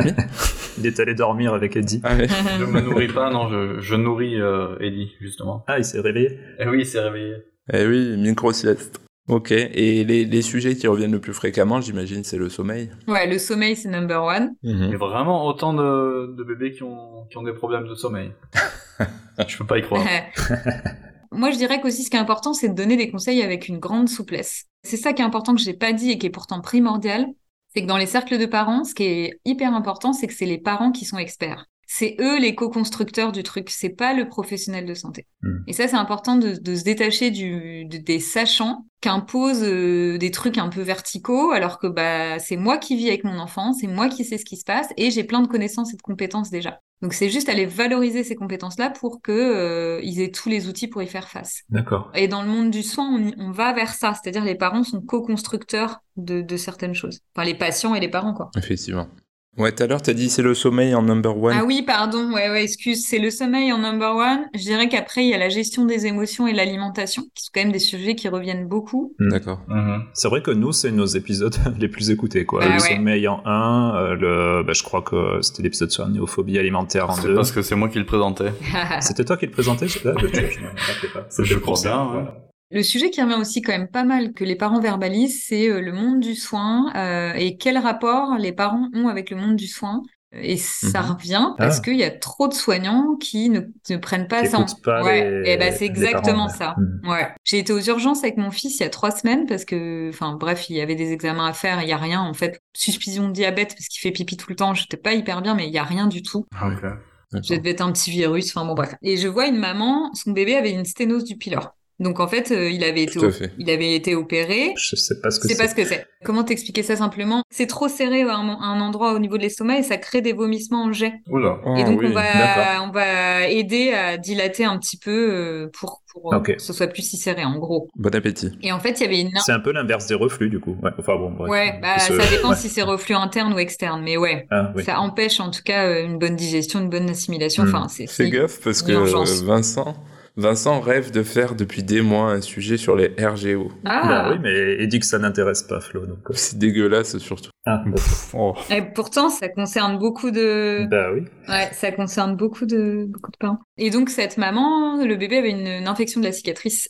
Il est allé dormir avec Eddie. Ah, oui. Je me nourris pas, non, je, je nourris euh, Eddie, justement. Ah, il s'est réveillé ? Eh oui, il s'est réveillé. Eh oui, micro-sieste. Ok, et les, les sujets qui reviennent le plus fréquemment, j'imagine, c'est le sommeil. Ouais, le sommeil, c'est number one. Mm-hmm. Il y a vraiment autant de, de bébés qui ont, qui ont des problèmes de sommeil. Je peux pas y croire. Moi, je dirais qu'aussi, ce qui est important, c'est de donner des conseils avec une grande souplesse. C'est ça qui est important que j'ai pas dit et qui est pourtant primordial. C'est que dans les cercles de parents, ce qui est hyper important, c'est que c'est les parents qui sont experts. C'est eux les co-constructeurs du truc, c'est pas le professionnel de santé. Mmh. Et ça, c'est important de, de se détacher du, de, des sachants qu'imposent euh, des trucs un peu verticaux, alors que bah c'est moi qui vis avec mon enfant, c'est moi qui sais ce qui se passe, et j'ai plein de connaissances et de compétences déjà. Donc c'est juste aller valoriser ces compétences-là pour que euh, ils aient tous les outils pour y faire face. D'accord. Et dans le monde du soin, on, y, on va vers ça, c'est-à-dire les parents sont co-constructeurs de, de certaines choses. Enfin, les patients et les parents, quoi. Effectivement. Ouais, tout à l'heure, t'as dit c'est le sommeil en number one. Ah oui, pardon, ouais, ouais, excuse, c'est le sommeil en number one. Je dirais qu'après, il y a la gestion des émotions et l'alimentation, qui sont quand même des sujets qui reviennent beaucoup. Mmh. D'accord. Mmh. C'est vrai que nous, c'est nos épisodes les plus écoutés, quoi. Bah, le ouais. sommeil en un, euh, le, bah, je crois que c'était l'épisode sur la néophobie alimentaire en c'est deux. Parce que c'est moi qui le présentais. C'était toi qui le présentais? Je, là, je, je, je, je, pas. je crois bien, ouais. Voilà. Le sujet qui revient aussi quand même pas mal que les parents verbalisent, c'est euh, le monde du soin euh, et quel rapport les parents ont avec le monde du soin. Et ça mmh. revient parce ah. qu'il y a trop de soignants qui ne, ne prennent pas qui ça. En... Pas ouais, les... et ben c'est exactement parents, ça. Mmh. Ouais. J'ai été aux urgences avec mon fils il y a trois semaines parce que, enfin bref, il y avait des examens à faire, il y a rien en fait. Suspicion de diabète parce qu'il fait pipi tout le temps. J'étais pas hyper bien, mais il y a rien du tout. Ah, okay. Ça devait être un petit virus. Enfin bon bref. Et je vois une maman, son bébé avait une sténose du pylore. Donc en fait, euh, il avait été, Tout à op- fait. il avait été opéré. Je sais pas ce que C'est c'est. pas ce que c'est. Comment t'expliquer ça simplement? C'est trop serré à un, à un endroit au niveau de l'estomac et ça crée des vomissements en jet. Oula. Oh, Et donc on oui. D'accord. va, on va aider à dilater un petit peu euh, pour, pour euh, Ok. que ce soit plus si serré en gros. Bon appétit. Et en fait, il y avait une C'est un peu l'inverse des reflux, du coup. Ouais. Enfin bon, bref. Ouais, bah Ce- ça dépend Ouais. si c'est reflux interne ou externe, mais ouais, Ah, oui. ça empêche en tout cas euh, une bonne digestion, une bonne assimilation. Hmm. Enfin, c'est Fais c'est gaffe parce une que urgence. Vincent, Vincent rêve de faire depuis des mois un sujet sur les R G O. Bah Ah, oui, mais il dit que ça n'intéresse pas, Flo. Donc... euh, C'est dégueulasse surtout. Ah, bah, Oh. et pourtant ça concerne beaucoup de, bah oui. ouais, ça concerne beaucoup de beaucoup de parents. Et donc cette maman, le bébé avait une, une infection de la cicatrice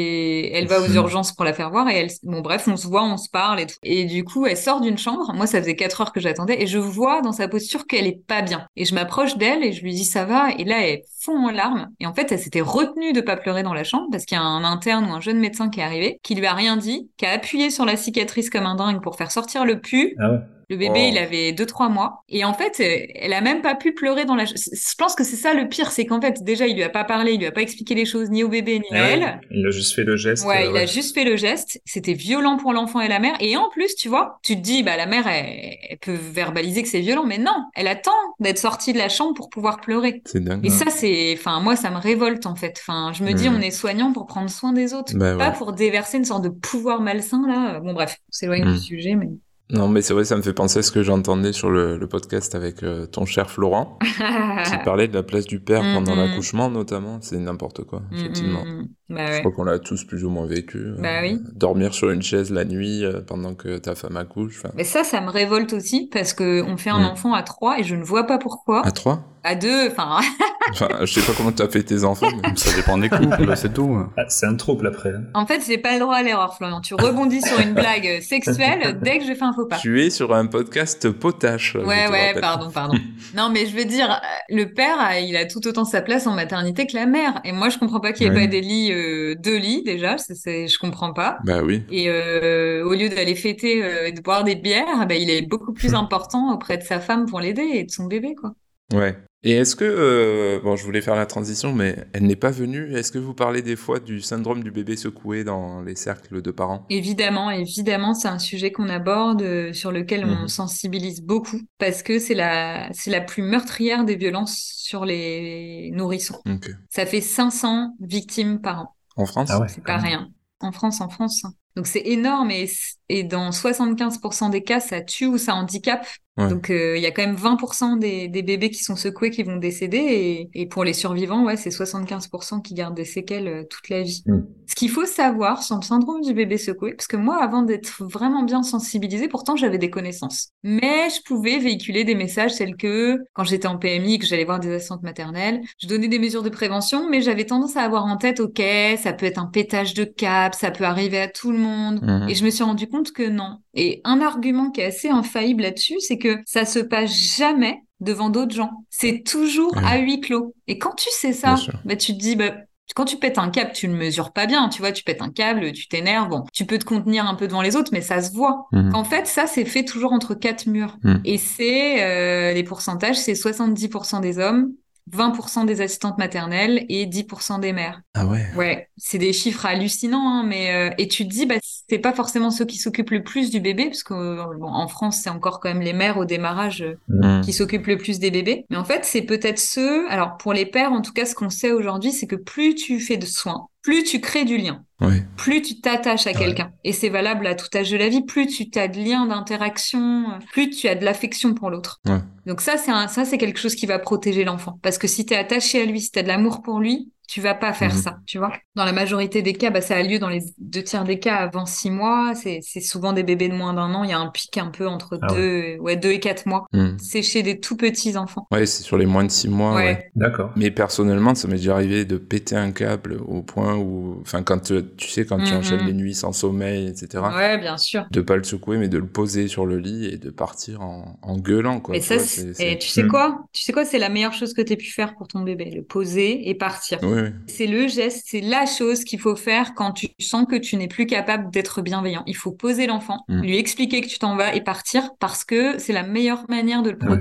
et elle va aux Mhm. urgences pour la faire voir et elle, bon bref, on se voit, on se parle et tout. Et du coup, elle sort d'une chambre. Moi, ça faisait quatre heures que j'attendais et je vois dans sa posture qu'elle est pas bien. Et je m'approche d'elle et je lui dis ça va. Et là, elle fond en larmes. Et en fait, elle s'était retenue de pas pleurer dans la chambre parce qu'il y a un interne ou un jeune médecin qui est arrivé, qui lui a rien dit, qui a appuyé sur la cicatrice comme un dingue pour faire sortir le pus. Ah ouais. Le bébé, Oh. il avait deux, trois mois. Et en fait, euh, elle a même pas pu pleurer dans la... ch- Je pense que c'est ça le pire, c'est qu'en fait, déjà, il lui a pas parlé, il lui a pas expliqué les choses, ni au bébé, ni Ah à ouais. elle. Il a juste fait le geste. Ouais, euh, il a juste fait le geste. C'était violent pour l'enfant et la mère. Et en plus, tu vois, tu te dis, bah, la mère, elle, elle peut verbaliser que c'est violent, mais non, elle attend d'être sortie de la chambre pour pouvoir pleurer. C'est dingue. Et ça, c'est, enfin, moi, ça me révolte, en fait. Enfin, je me dis, Mhm. on est soignant pour prendre soin des autres, Bah pas ouais. pour déverser une sorte de pouvoir malsain, là. Bon, bref, on s'éloigne Mhm. du sujet, mais... Non, mais c'est vrai, ça me fait penser à ce que j'entendais sur le, le podcast avec euh, ton cher Florent, qui parlait de la place du père Mm, pendant mm. l'accouchement, notamment. C'est n'importe quoi, Mm, effectivement. mm, mm. Bah Je ouais. crois qu'on l'a tous plus ou moins vécu. euh, Bah oui. Dormir sur une chaise la nuit euh, pendant que ta femme accouche. enfin. Mais ça, ça me révolte aussi parce que on fait un Mm. enfant à trois et je ne vois pas pourquoi. À trois À deux, enfin, Enfin, je sais pas comment t'as fait tes enfants, mais... Ça dépend des couples, c'est tout. Ah, c'est un trouble après. hein. en fait, j'ai pas le droit à l'erreur, Florian. Tu rebondis sur une blague sexuelle dès que je fais un faux pas. Tu es sur un podcast potache. je Ouais, te ouais, rappelle. pardon, pardon. Non, mais je veux dire, euh, le père, euh, il a tout autant sa place en maternité que la mère. Et moi, je comprends pas qu'il n'y ait Ouais. pas des lits, euh, deux lits déjà. C'est, c'est, je comprends pas. Bah oui. Et euh, au lieu d'aller fêter euh, et de boire des bières, ben, il est beaucoup plus important auprès de sa femme pour l'aider et de son bébé, quoi. Ouais. Et est-ce que, euh, bon, je voulais faire la transition, mais elle n'est pas venue. Est-ce que vous parlez des fois du syndrome du bébé secoué dans les cercles de parents? Évidemment, évidemment, c'est un sujet qu'on aborde, euh, sur lequel on Mhm. sensibilise beaucoup, parce que c'est la, c'est la plus meurtrière des violences sur les nourrissons. Ok. Ça fait cinq cents victimes par an. En France? Ah ouais. C'est quand pas même. rien. En France, en France. Donc c'est énorme et, et dans soixante-quinze pour cent des cas, ça tue ou ça handicape. Ouais. Donc euh, il y a quand même vingt pour cent des, des bébés qui sont secoués qui vont décéder et, et pour les survivants, ouais, c'est soixante-quinze pour cent qui gardent des séquelles euh, toute la vie. Mm. Ce qu'il faut savoir sur le syndrome du bébé secoué, parce que moi, avant d'être vraiment bien sensibilisée, pourtant j'avais des connaissances. Mais je pouvais véhiculer des messages tels que, quand j'étais en P M I, que j'allais voir des assistantes maternelles, je donnais des mesures de prévention, mais j'avais tendance à avoir en tête, ok, ça peut être un pétage de câble, ça peut arriver à tout le monde. Mhm. Et je me suis rendu compte que non. Et un argument qui est assez infaillible là-dessus, c'est que ça se passe jamais devant d'autres gens. C'est toujours Ouais. à huis clos. Et quand tu sais Bien ça, sûr. bah, tu te dis, bah, quand tu pètes un câble, tu ne mesures pas bien, tu vois, tu pètes un câble, tu t'énerves, bon, tu peux te contenir un peu devant les autres, mais ça se voit. Mhm. En fait, ça, c'est fait toujours entre quatre murs. Mhm. Et c'est, euh, les pourcentages, c'est soixante-dix pour cent des hommes, vingt pour cent des assistantes maternelles et dix pour cent des mères. Ah ouais. Ouais, c'est des chiffres hallucinants, hein, mais euh, et tu te dis, bah, c'est pas forcément ceux qui s'occupent le plus du bébé, parce que euh, bon, en France, c'est encore quand même les mères au démarrage euh, Mhm. qui s'occupent le plus des bébés. Mais en fait, c'est peut-être ceux, alors pour les pères, en tout cas, ce qu'on sait aujourd'hui, c'est que plus tu fais de soins, plus tu crées du lien, Ouais. plus tu t'attaches à quelqu'un. Et c'est valable à tout âge de la vie, plus tu as de liens d'interaction, euh, plus tu as de l'affection pour l'autre. Ouais. Donc ça, c'est un, ça, c'est quelque chose qui va protéger l'enfant. Parce que si t'es attaché à lui, si t'as de l'amour pour lui, tu vas pas faire Mhm. ça, tu vois. Dans la majorité des cas, bah, ça a lieu dans les deux tiers des cas avant six mois. C'est, c'est souvent des bébés de moins d'un an. Il y a un pic un peu entre Ah deux, ouais, deux et quatre mois. Mhm. C'est chez des tout petits enfants. Ouais, c'est sur les moins de six mois, ouais. Ouais. D'accord. Mais personnellement, ça m'est déjà arrivé de péter un câble au point où, enfin, quand tu, tu sais, quand tu Mhm. enchaînes les nuits sans sommeil, et cetera, Ouais, bien sûr. de pas le secouer, mais de le poser sur le lit et de partir en, en gueulant, quoi. Mais tu ça, vois, c'est- c'est- c'est- et tu sais Hmm. quoi? Tu sais quoi? C'est la meilleure chose que tu aies pu faire pour ton bébé, le poser et partir. Oui, oui. C'est le geste, c'est la chose qu'il faut faire quand tu sens que tu n'es plus capable d'être bienveillant. Il faut poser l'enfant, Mm. lui expliquer que tu t'en vas et partir parce que c'est la meilleure manière de le Ouais. protéger.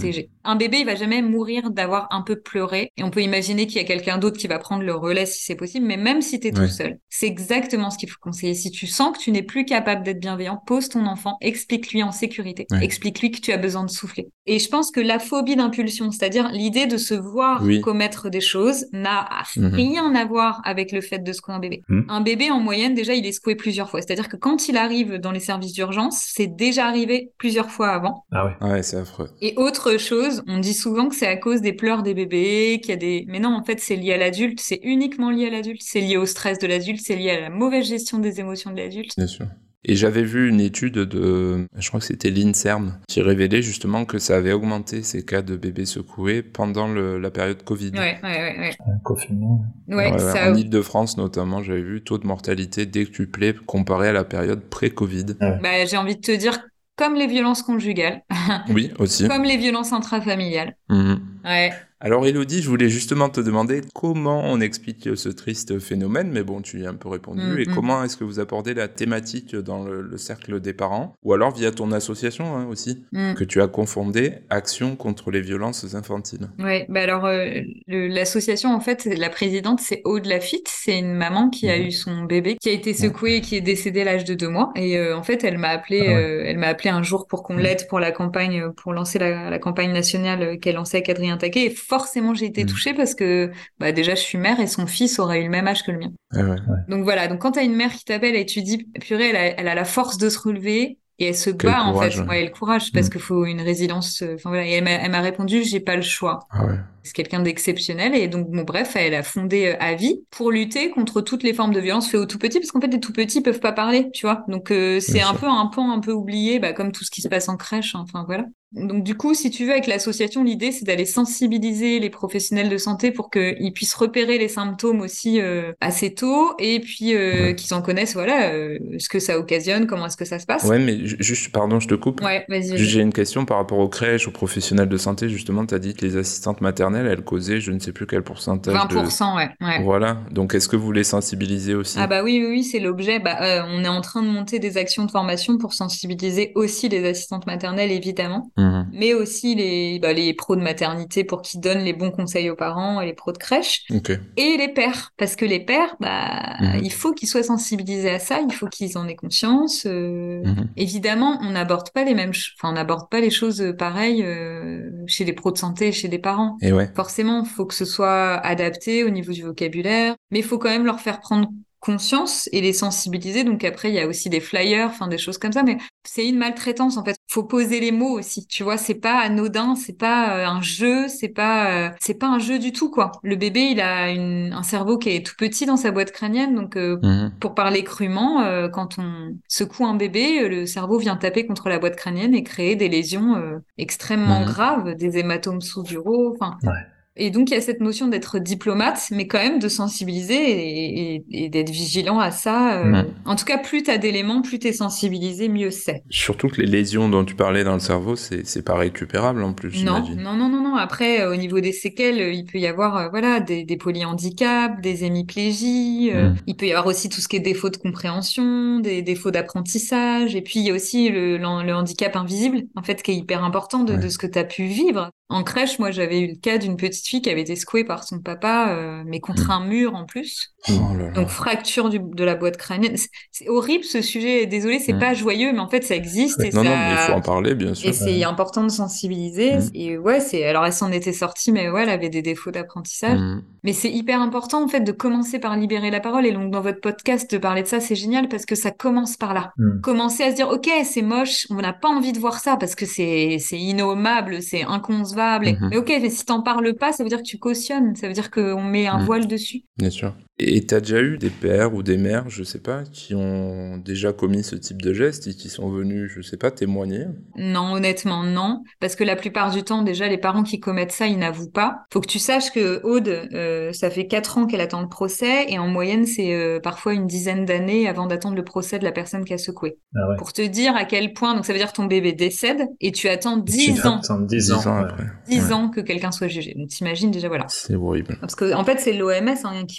un bébé, il va jamais mourir d'avoir un peu pleuré. Et on peut imaginer qu'il y a quelqu'un d'autre qui va prendre le relais si c'est possible. Mais même si t'es Ouais. tout seul, c'est exactement ce qu'il faut conseiller. Si tu sens que tu n'es plus capable d'être bienveillant, pose ton enfant, explique-lui en sécurité, Ouais. explique-lui que tu as besoin de souffler. Et je pense que la phobie d'impulsion, c'est-à-dire l'idée de se voir Oui. commettre des choses, n'a Mhm. rien à voir avec le fait de secouer un bébé. Mhm. Un bébé, en moyenne, déjà, il est secoué plusieurs fois. C'est-à-dire que quand il arrive dans les services d'urgence, c'est déjà arrivé plusieurs fois avant. Ah ouais. Ah ouais, c'est affreux. Et autre chose, on dit souvent que c'est à cause des pleurs des bébés, qu'il y a des... Mais non, en fait, c'est lié à l'adulte. C'est uniquement lié à l'adulte. C'est lié au stress de l'adulte. C'est lié à la mauvaise gestion des émotions de l'adulte. Bien sûr. Et j'avais vu une étude de, je crois que c'était l'INSERM, qui révélait justement que ça avait augmenté ces cas de bébés secoués pendant le, la période Covid. Ouais, ouais, ouais, ouais. Un confinement. Ouais, Ouais, ouais, ça... En Ile-de-France notamment, j'avais vu taux de mortalité décuplé comparé à la période pré-Covid. Bah, j'ai envie de te dire, comme les violences conjugales, Oui, aussi. comme les violences intrafamiliales. Mhm. Ouais. Alors Elodie, je voulais justement te demander comment on explique ce triste phénomène, mais bon, tu y as un peu répondu. Mm, Et mm. comment est-ce que vous abordez la thématique dans le, le cercle des parents, ou alors via ton association hein, aussi, Mm. que tu as confondé Action contre les violences infantiles. Ouais, bah alors euh, le- l'association en fait, la présidente c'est Aude Lafitte, c'est une maman qui a Mhm. eu son bébé qui a été secoué et qui est décédé à l'âge de deux mois et euh, en fait elle m'a appelé, Ah ouais. euh, elle m'a appelé un jour pour qu'on l'aide pour la campagne, euh, pour lancer la, la campagne nationale euh, qu'elle lançait avec Adrien Taquet et forcément j'ai été Mhm. touchée parce que bah déjà je suis mère et son fils aurait eu le même âge que le mien. Ah ouais. Donc voilà, donc quand t'as une mère qui t'appelle et tu dis purée elle a, elle a la force de se relever. Et elle se Quel bat en courage, fait, ouais. ouais, le courage parce Mm. qu'il faut une résilience. euh, Enfin voilà, et elle m'a, elle m'a répondu j'ai pas le choix. Ah ouais. C'est quelqu'un d'exceptionnel et donc bon bref elle a fondé euh, Avis pour lutter contre toutes les formes de violence faites aux tout petits parce qu'en fait les tout petits peuvent pas parler tu vois donc euh, c'est Bien un sûr. peu un pan un peu oublié bah, comme tout ce qui se passe en crèche hein, enfin voilà donc du coup si tu veux avec l'association l'idée c'est d'aller sensibiliser les professionnels de santé pour qu'ils puissent repérer les symptômes aussi euh, assez tôt et puis euh, Ouais. qu'ils en connaissent voilà euh, ce que ça occasionne comment est-ce que ça se passe Ouais, mais ju- juste, pardon, je te coupe. ouais vas-y, Juste, vas-y. j'ai une question par rapport aux crèches, aux professionnels de santé. Justement, tu as dit que les assistantes maternelles, elles causaient je ne sais plus quel pourcentage vingt de... pour cent ouais ouais Voilà. Donc, est-ce que vous les sensibilisez aussi? Ah bah oui, oui, oui, c'est l'objet. Bah, euh, on est en train de monter des actions de formation pour sensibiliser aussi les assistantes maternelles, évidemment, Mhm. mais aussi les, bah, les pros de maternité pour qu'ils donnent les bons conseils aux parents et les pros de crèche. Ok. Et les pères, parce que les pères, bah, Mhm. il faut qu'ils soient sensibilisés à ça, il faut qu'ils en aient conscience. euh. Mhm. Évidemment, on n'aborde pas les mêmes, ch- enfin, on n'aborde pas les choses euh, pareilles euh, chez les pros de santé et chez les parents. Et ouais. Forcément, il faut que ce soit adapté au niveau du vocabulaire, mais il faut quand même leur faire prendre conscience et les sensibiliser. Donc après, il y a aussi des flyers, enfin des choses comme ça, mais c'est une maltraitance en fait. Faut poser les mots aussi, tu vois. C'est pas anodin, c'est pas euh, un jeu, c'est pas, euh, c'est pas un jeu du tout quoi. Le bébé, il a une, un cerveau qui est tout petit dans sa boîte crânienne, donc euh, Mhm. pour parler crûment, euh, quand on secoue un bébé, euh, le cerveau vient taper contre la boîte crânienne et créer des lésions euh, extrêmement Mhm. graves, des hématomes sous-duraux, enfin. Ouais. Et donc, il y a cette notion d'être diplomate, mais quand même de sensibiliser et, et- et d'être vigilant à ça. euh. Mhm. En tout cas, plus t'as d'éléments, plus t'es sensibilisé, mieux c'est. Surtout que les lésions dont tu parlais dans le cerveau, c'est c'est pas récupérable en plus, Non, j'imagine. non, non, non, non. Après, euh, au niveau des séquelles, euh, il peut y avoir, euh, voilà, des, des polyhandicaps, des hémiplégies. euh, Mhm. Il peut y avoir aussi tout ce qui est défaut de compréhension, des défauts d'apprentissage. Et puis, il y a aussi le, le, le handicap invisible, en fait, qui est hyper important de, Ouais. de ce que t'as pu vivre. En crèche, moi, j'avais eu le cas d'une petite fille qui avait été secouée par son papa, euh, mais contre Mhm. un mur en plus. Oh là là. Donc, fracture du, de la boîte crânienne. C'est c'est horrible ce sujet. Désolée, c'est Mhm. pas joyeux, mais en fait, ça existe et Non, ça. non, mais il faut en parler, bien sûr. Et c'est important de sensibiliser. Mhm. Et ouais, c'est, alors elle s'en était sortie, mais ouais, elle avait des défauts d'apprentissage. Mhm. Mais c'est hyper important, en fait, de commencer par libérer la parole. Et donc, dans votre podcast, de parler de ça, c'est génial parce que ça commence par là. Mm. Commencer à se dire, OK, c'est moche, on n'a pas envie de voir ça parce que c'est, c'est innommable, c'est inconcevable. Et- Mhm. Mais OK, mais si t'en parles pas, ça veut dire que tu cautionnes, ça veut dire qu'on met un Mhm. voile dessus. Bien sûr. Et t'as déjà eu des pères ou des mères, je sais pas, qui ont déjà commis ce type de geste et qui sont venus, je sais pas, témoigner? Non, honnêtement, non. Parce que la plupart du temps, déjà, les parents qui commettent ça, ils n'avouent pas. Faut que tu saches que Aude, euh, ça fait quatre ans qu'elle attend le procès et en moyenne, c'est euh, parfois une dizaine d'années avant d'attendre le procès de la personne qui a secoué. Ah ouais. Pour te dire à quel point, donc ça veut dire que ton bébé décède et tu attends Tu dix ans, attends dix Dix ans. ans ouais. après. dix Ouais. ans que quelqu'un soit jugé. Donc t'imagines déjà, voilà. C'est horrible. Parce que, en fait, c'est l'O M S hein, qui fait toutes ces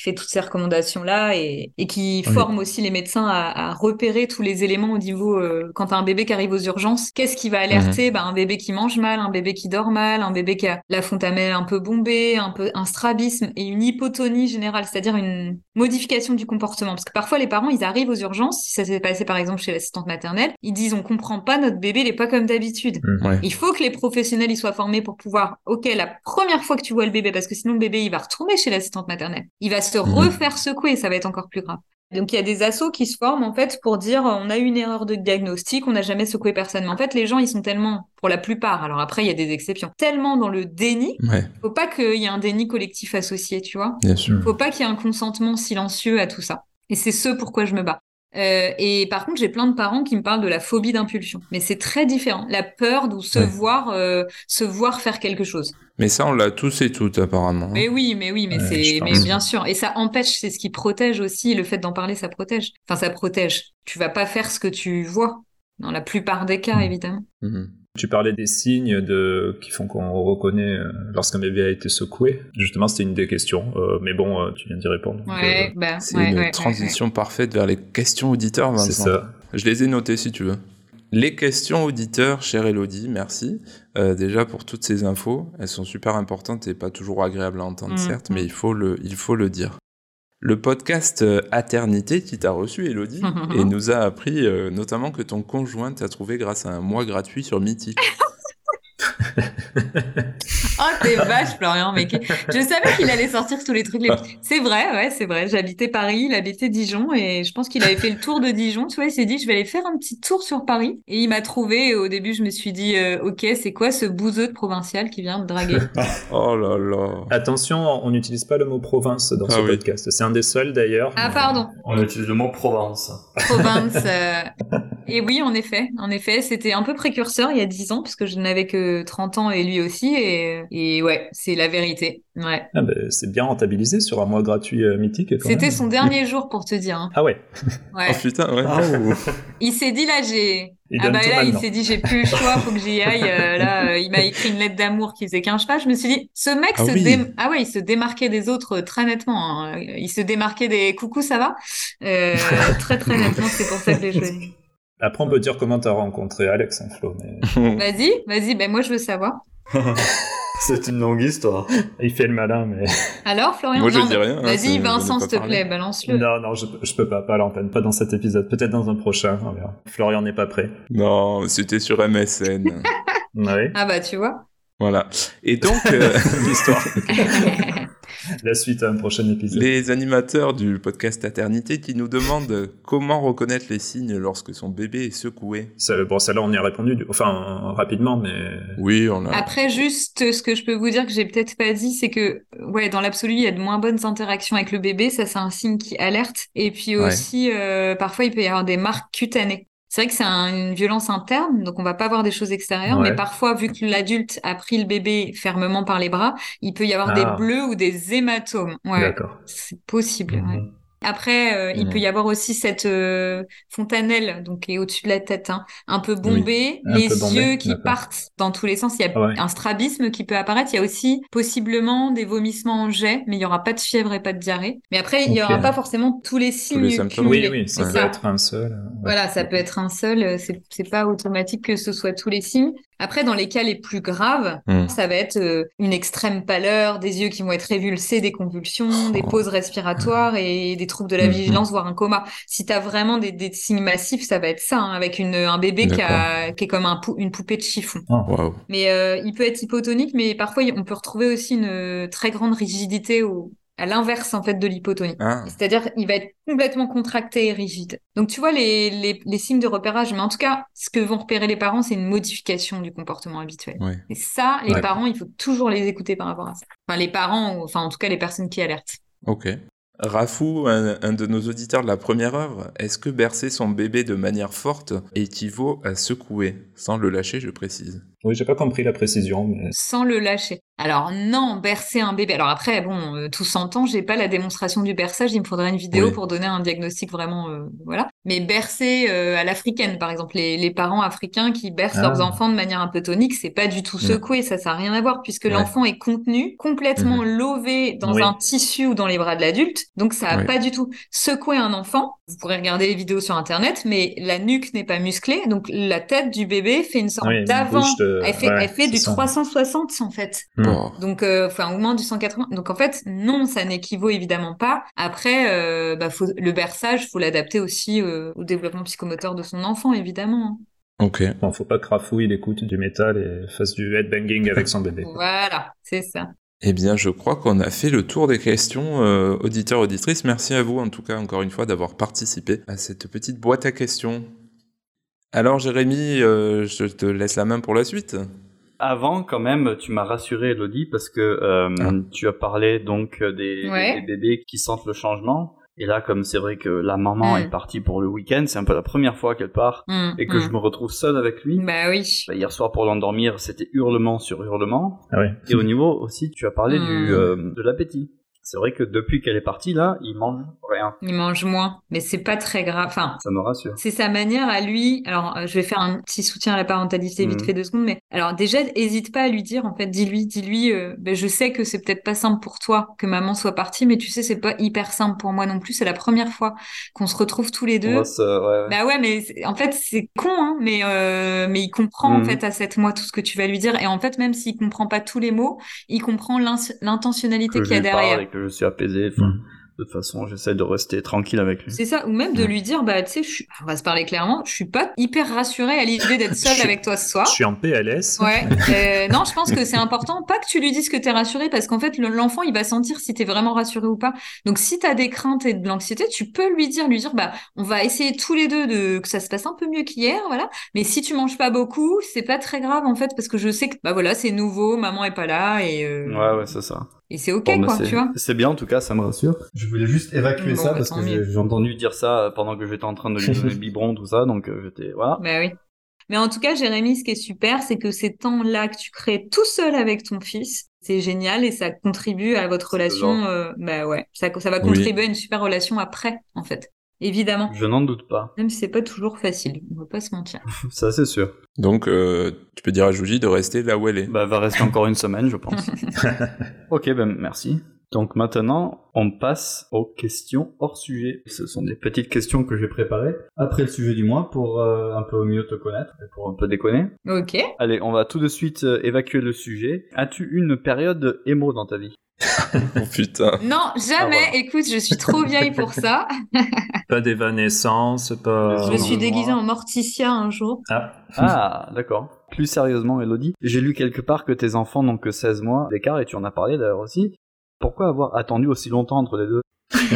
recommandations-là et, et qui Oui. forme aussi les médecins à, à repérer tous les éléments au niveau, euh, quand t'as un bébé qui arrive aux urgences, qu'est-ce qui va alerter? Bah, un bébé qui mange mal, un bébé qui dort mal, un bébé qui a la fontanelle un peu bombée, un peu un strabisme et une hypotonie générale, c'est-à-dire une modification du comportement. Parce que parfois, les parents, ils arrivent aux urgences, si ça s'est passé par exemple chez l'assistante maternelle, ils disent on comprend pas, notre bébé, il est pas comme d'habitude. Mmh. Ouais. Il faut que les professionnels, ils soient formés pour pouvoir, ok, la première fois que tu vois le bébé, parce que sinon le bébé, il va retourner chez l'assistante maternelle. Il va se refaire secouer, ça va être encore plus grave. Donc il y a des assos qui se forment en fait pour dire on a eu une erreur de diagnostic, on n'a jamais secoué personne. Mais en fait les gens ils sont tellement, pour la plupart, alors après il y a des exceptions, tellement dans le déni, Ouais, faut pas qu'il y ait un déni collectif associé, tu vois. bien sûr. Faut pas qu'il y ait un consentement silencieux à tout ça. Et c'est ce pourquoi je me bats. Euh, et par contre, j'ai plein de parents qui me parlent de la phobie d'impulsion. Mais c'est très différent. La peur de se Ouais. voir, euh, se voir faire quelque chose. Mais ça, on l'a tous et toutes, apparemment. Mais oui, mais oui, mais Ouais, c'est, je mais pense. bien sûr. Et ça empêche, c'est ce qui protège aussi. Le fait d'en parler, ça protège. Enfin, ça protège. Tu vas pas faire ce que tu vois. Dans la plupart des cas, Mm. évidemment. Mhm. Tu parlais des signes de... qui font qu'on reconnaît euh, lorsqu'un bébé a été secoué. Justement, c'était une des questions. Euh, mais bon, euh, tu viens d'y répondre. donc, Ouais, bah, C'est ouais, une ouais, ouais, transition parfaite vers les questions auditeurs, euh, Vincent. c'est ça. Je les ai notées si tu veux. Les questions auditeurs, chère Elodie, merci. Euh, déjà pour toutes ces infos, elles sont super importantes et pas toujours agréables à entendre, Mhm. certes, mais il faut le, il faut le dire. Le podcast euh, Aternité qui t'a reçu, Elodie, et nous a appris euh, notamment que ton conjoint t'a trouvé grâce à un mois gratuit sur Mythique. Oh, t'es vache, Florian, mais que- je savais qu'il allait sortir tous les trucs. Les... C'est vrai, ouais, c'est vrai. J'habitais Paris, il habitait Dijon, et je pense qu'il avait fait le tour de Dijon. Tu vois, il s'est dit, je vais aller faire un petit tour sur Paris. Et il m'a trouvé. Et au début, je me suis dit, euh, ok, c'est quoi ce bouseux de provincial qui vient me draguer? Oh là là. Attention, on n'utilise pas le mot province dans Ah ce oui. podcast. C'est un des seuls d'ailleurs. Ah, mais- pardon, On utilise le mot Provence. province. euh, Et oui, en effet, en effet, c'était un peu précurseur il y a dix ans, puisque je n'avais que trente ans et lui aussi. Et, et ouais, c'est la vérité. Ouais. Ah ben, c'est bien rentabilisé sur un mois gratuit euh, mythique. quand C'était même. son dernier jour, pour te dire. Hein. Ah ouais. Ouais. Oh putain, ouais. Ah, ou- Il s'est dit là j'ai Il ah donne bah tout là il maintenant. s'est dit j'ai plus le choix, faut que j'y aille. Euh, là euh, il m'a écrit une lettre d'amour qui faisait quinze pages. Je me suis dit ce mec Ah se oui. dé... ah ouais il se démarquait des autres euh, très nettement. Hein. Il se démarquait des coucou ça va euh, très très nettement. C'est pour ça que je l'ai choisi. Après, on peut dire comment t'as rencontré Alex, hein, Flo. Mais... Vas-y vas-y ben moi je veux savoir. C'est une longue histoire. Il fait le malin, mais... Alors Florian Moi, je non, dis rien, hein, vas-y c'est- Vincent j'en ai s'il pas te plaît parlé. balance-le. Non, non, je, je peux pas, pas à l'antenne, pas dans cet épisode. Peut-être dans un prochain, on verra. Florian n'est pas prêt. Non, c'était sur M S N. Ouais, Ah bah tu vois. Voilà. Et donc, euh, l'histoire. La suite à un prochain épisode. les animateurs du podcast Aternité qui nous demandent comment reconnaître les signes lorsque son bébé est secoué. Ça, bon, celle-là, on y a répondu, du- enfin, euh, rapidement, mais... Oui, on a... Après, juste ce que je peux vous dire que j'ai peut-être pas dit, c'est que, ouais, dans l'absolu, il y a de moins bonnes interactions avec le bébé. Ça, c'est un signe qui alerte. Et puis Ouais. aussi, euh, parfois, il peut y avoir des marques cutanées. C'est vrai que c'est un- une violence interne, donc on va pas voir des choses extérieures, Ouais. mais parfois, vu que l'adulte a pris le bébé fermement par les bras, il peut y avoir Ah. des bleus ou des hématomes. Ouais, D'accord. c'est possible. Mhm. Ouais. Après, euh, il Mhm. peut y avoir aussi cette euh, fontanelle, donc qui est au-dessus de la tête, hein, un peu bombée, Un les peu bombée, yeux qui d'accord. partent dans tous les sens. Il y a Ah ouais. un strabisme qui peut apparaître. Il y a aussi possiblement des vomissements en jet, mais il y aura pas de fièvre et pas de diarrhée. Mais après, il y Ok. aura pas forcément tous les signes les symptômes. Oui, cumulés. oui, ça C'est peut ça. être un seul. euh, ouais. Voilà, ça peut être un seul. euh, C'est c'est pas automatique que ce soit tous les signes. Après, dans les cas les plus graves, Hmm. ça va être euh, une extrême pâleur, des yeux qui vont être révulsés, des convulsions, des pauses respiratoires et des troubles de la Mhm. vigilance, voire un coma. Si tu as vraiment des, des signes massifs, ça va être ça, hein, avec une, un bébé qui, a, qui est comme un pou- une poupée de chiffon. Waouh. Mais euh, il peut être hypotonique, mais parfois on peut retrouver aussi une euh, très grande rigidité au, à l'inverse en fait de l'hypotonie. Ah. C'est-à-dire il va être complètement contracté et rigide. Donc tu vois les, les, les signes de repérage, mais en tout cas, ce que vont repérer les parents, c'est une modification du comportement habituel. Ouais. Et ça, les Ouais. parents, il faut toujours les écouter par rapport à ça. Enfin, les parents, ou- enfin en tout cas les personnes qui alertent. Ok. Rafou, un, un de nos auditeurs de la première heure, est-ce que bercer son bébé de manière forte équivaut à secouer, sans le lâcher, je précise? Oui, j'ai pas compris la précision. Mais... Sans le lâcher. Alors non, bercer un bébé. Alors après, bon, euh, tout s'entend, j'ai pas la démonstration du berçage, il me faudrait une vidéo Oui. pour donner un diagnostic vraiment, euh, voilà. Mais bercer euh, à l'africaine, par exemple, les, les parents africains qui bercent Ah. leurs enfants de manière un peu tonique, c'est pas du tout Mm. secoué, ça, ça a rien à voir, puisque Ouais. l'enfant est contenu, complètement Mhm. lové dans Oui. un tissu ou dans les bras de l'adulte, donc ça a Oui. pas du tout secoué un enfant. Vous pourrez regarder les vidéos sur internet, mais la nuque n'est pas musclée, donc la tête du bébé fait une sorte Oui, une d'avant. bouche de... Elle fait, ouais, elle fait c'est du ça. trois cent soixante en fait. Bon. Donc, euh, enfin, au moins du cent quatre-vingts. Donc, en fait, non, ça n'équivaut évidemment pas. Après, euh, bah, faut, le berçage, faut l'adapter aussi euh, au développement psychomoteur de son enfant, évidemment. Ok. Bon, faut pas que Rafou il écoute du métal et fasse du headbanging avec son bébé. Voilà, c'est ça. Eh bien, je crois qu'on a fait le tour des questions, euh, auditeurs, auditrices. Merci à vous, en tout cas, encore une fois, d'avoir participé à cette petite boîte à questions. Alors, Jérémy, euh, je te laisse la main pour la suite. Avant, quand même, tu m'as rassuré, Elodie, parce que euh, Ah. tu as parlé donc des, Ouais. des, des bébés qui sentent le changement. Et là, comme c'est vrai que la maman Mm. est partie pour le week-end, c'est un peu la première fois qu'elle part Mm, et que mm. je me retrouve seul avec lui. Bah oui. Bah, hier soir, pour l'endormir, c'était hurlement sur hurlement. Ah oui. Et au niveau aussi, tu as parlé Mm. du, euh, de l'appétit. C'est vrai que depuis qu'elle est partie, là, il mange rien. Il mange moins, mais c'est pas très grave. Enfin, Ça me rassure. c'est sa manière à lui. Alors, euh, je vais faire un petit soutien à la parentalité vite Mhm. fait deux secondes, mais alors déjà, hésite pas à lui dire, en fait, dis-lui, dis-lui, euh, ben, je sais que c'est peut-être pas simple pour toi que maman soit partie, mais tu sais, c'est pas hyper simple pour moi non plus. C'est la première fois qu'on se retrouve tous les On deux. va se... ouais, ouais. Bah ouais, mais c'est- en fait, c'est con, hein, mais, euh, mais il comprend, en Mhm. fait, à sept mois tout ce que tu vas lui dire. Et en fait, même s'il comprend pas tous les mots, il comprend l'in- l'intentionnalité Que qu'il y a je lui parle derrière. et que je suis apaisé. Enfin, Mm. de toute façon, j'essaie de rester tranquille avec lui. C'est ça, ou même de Mm. lui dire, bah, tu sais, je suis- on va se parler clairement, je suis pas hyper rassurée à l'idée d'être seule Je suis- avec toi ce soir. Je suis en P L S. Ouais, euh, non, je pense que c'est important, pas que tu lui dises que t'es rassurée, parce qu'en fait, le- l'enfant, il va sentir si t'es vraiment rassurée ou pas. Donc, si t'as des craintes et de l'anxiété, tu peux lui dire, lui dire, bah, on va essayer tous les deux de que ça se passe un peu mieux qu'hier, voilà. Mais si tu manges pas beaucoup, c'est pas très grave, en fait, parce que je sais que, bah voilà, c'est nouveau, maman est pas là, et, euh, Ouais, ouais, c'est ça. et c'est ok, Bon, mais quoi, c'est- tu vois. C'est bien en tout cas, ça me rassure. Je voulais juste évacuer Bon, ça bah, parce tant que mieux. j'ai j'ai entendu dire ça pendant que j'étais en train de lui donner le biberon, tout ça, donc euh, j'étais voilà. Bah oui. Mais en tout cas, Jérémy, ce qui est super, c'est que ces temps-là que tu crées tout seul avec ton fils, c'est génial et ça contribue à votre C'est relation. genre. euh, bah ouais, ça, ça va Oui. contribuer à une super relation après, en fait. Évidemment. Je n'en doute pas. Même si c'est pas toujours facile, on va pas se mentir. Ça c'est sûr. Donc, euh, tu peux dire à Jouji de rester là où elle est. Bah, elle va rester encore une semaine, je pense. Ok, ben merci. Donc maintenant, on passe aux questions hors sujet. Ce sont des petites questions que j'ai préparées après le sujet du mois pour euh, un peu mieux te connaître et pour un peu déconner. Ok. Allez, on va tout de suite euh, évacuer le sujet. As-tu une période émo dans ta vie? Oh putain. Non, jamais. Ah, voilà. Écoute, je suis trop vieille pour ça. Pas d'évanescence, pas... Je me suis non. déguisée en Morticia un jour. Ah, Ah, d'accord. Plus sérieusement, Elodie, j'ai lu quelque part que tes enfants n'ont que seize mois d'écart, et tu en as parlé d'ailleurs aussi. Pourquoi avoir attendu aussi longtemps entre les deux?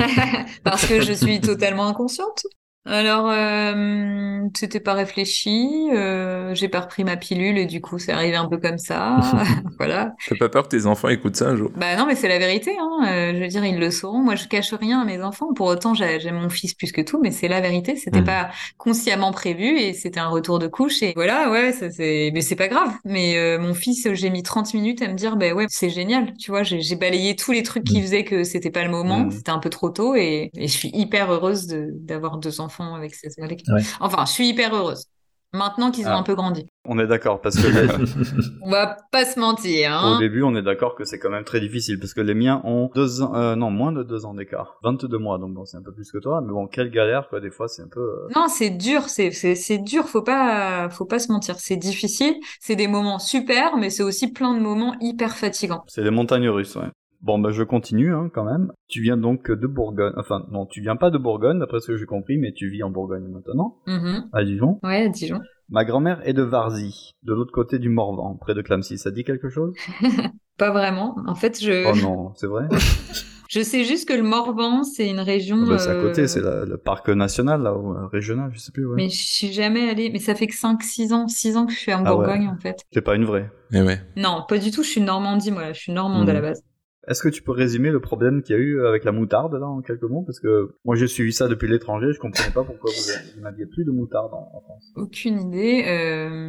Parce que je suis totalement inconsciente. Alors, euh, c'était pas réfléchi, euh, j'ai pas repris ma pilule et du coup, c'est arrivé un peu comme ça. Voilà. T'as pas peur que tes enfants écoutent ça un jour? Bah non, mais c'est la vérité, hein. Euh, je veux dire, ils le sauront. Moi, je cache rien à mes enfants. Pour autant, j'ai- j'aime mon fils plus que tout, mais c'est la vérité. C'était Mm. pas consciemment prévu et c'était un retour de couche. Et voilà, ouais, ça c'est, mais c'est pas grave. Mais euh, mon fils, j'ai mis trente minutes à me dire, bah ouais, c'est génial. Tu vois, j'ai j'ai balayé tous les trucs qui Mm. faisaient que c'était pas le moment, Mm. c'était un peu trop tôt et, et je suis hyper heureuse de d'avoir deux enfants avec ces avec... Ouais. Enfin, je suis hyper heureuse. Maintenant qu'ils ont Ah. un peu grandi. On est d'accord, parce que les- On va pas se mentir, au hein. début, on est d'accord que c'est quand même très difficile, parce que les miens ont deux ans, euh, non, moins de deux ans d'écart. vingt-deux mois, donc bon, c'est un peu plus que toi, mais bon, quelle galère, quoi, des fois, c'est un peu... euh, Non, c'est dur, c'est c'est c'est dur, faut pas faut pas se mentir, c'est difficile, c'est des moments super, mais c'est aussi plein de moments hyper fatigants. C'est les montagnes russes, ouais. Bon, bah, je continue, hein, quand même. Tu viens donc de Bourgogne, enfin, non, tu viens pas de Bourgogne, d'après ce que j'ai compris, mais tu vis en Bourgogne maintenant, Mhm. à Dijon. Ouais, à Dijon. Ma grand-mère est de Varzy, de l'autre côté du Morvan, près de Clamecy. Ça dit quelque chose? Pas vraiment. En fait, je Oh non, c'est vrai? je sais juste que le Morvan, c'est une région Oh, bah, c'est à côté, euh, c'est la- le parc national, là, ou euh, régional, je sais plus, ouais. mais je suis jamais allée, mais ça fait que cinq six ans, six ans que je suis en Ah ouais. Bourgogne en fait. C'est pas une vraie. Eh ouais. Non, pas du tout, je suis de Normandie moi, je suis normande Mhm. à la base. Est-ce que tu peux résumer le problème qu'il y a eu avec la moutarde, là, en quelques mots? Parce que moi, j'ai suivi ça depuis l'étranger, je comprenais pas pourquoi vous, vous n'aviez plus de moutarde en, en France. Aucune idée. Euh, je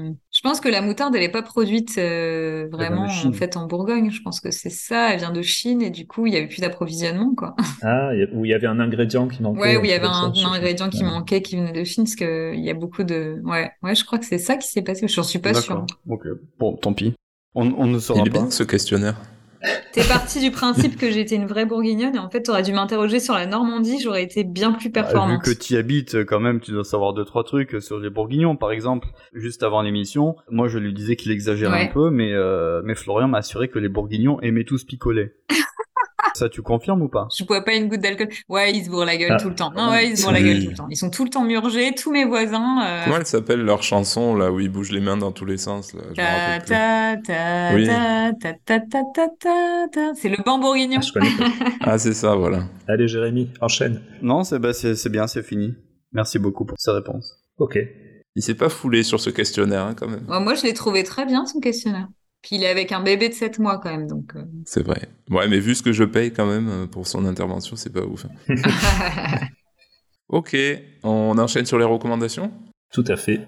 pense que la moutarde, elle n'est pas produite euh, vraiment Chine. en fait en Bourgogne. Je pense que c'est ça, elle vient de Chine et du coup, il n'y avait plus d'approvisionnement, quoi. Ah, y a- où il y avait un ingrédient qui manquait. Ouais, où il y truc avait comme ça, un, je sais un pas. ingrédient qui Ouais. manquait, qui venait de Chine, parce que il y a beaucoup de... Ouais, ouais, je crois que c'est ça qui s'est passé. J'en suis pas sûre. D'accord. Ok. Bon, tant pis. On, on ne saura Il est pas. bien ce questionnaire. T'es parti du principe que j'étais une vraie bourguignonne et en fait, t'aurais dû m'interroger sur la Normandie, j'aurais été bien plus Bah, vu performante. que tu y habites, quand même, tu dois savoir deux trois trucs sur les Bourguignons, par exemple. Juste avant l'émission, moi je lui disais qu'il exagérait Ouais. un peu, mais euh, mais Florian m'a assuré que les Bourguignons aimaient tous picoler. Ça, tu confirmes ou pas? Je bois pas une goutte d'alcool. Ouais, ils se bourrent la gueule Ah, tout le temps. quand Non, même. ouais, ils se bourrent la Oui. gueule tout le temps. Ils sont tout le temps murgés, tous mes voisins. euh, Comment elle s'appelle leur chanson là où ils bougent les mains dans tous les sens là Je me Ta rappelle plus. ta ta Oui. ta ta ta ta ta ta ta. C'est le banc bourguignon. Ah, je connais pas. Ah c'est ça, voilà. Allez, Jérémy, enchaîne. Non, c'est bah, c'est c'est bien, c'est fini. Merci beaucoup pour sa réponse. Ok. Il s'est pas foulé sur ce questionnaire hein, quand même. Ouais, moi, je l'ai trouvé très bien, son questionnaire. Puis il est avec un bébé de sept mois quand même, donc... euh. C'est vrai. Ouais, mais vu ce que je paye quand même euh, pour son intervention, c'est pas ouf. hein. Ok, on enchaîne sur les recommandations. Tout à fait.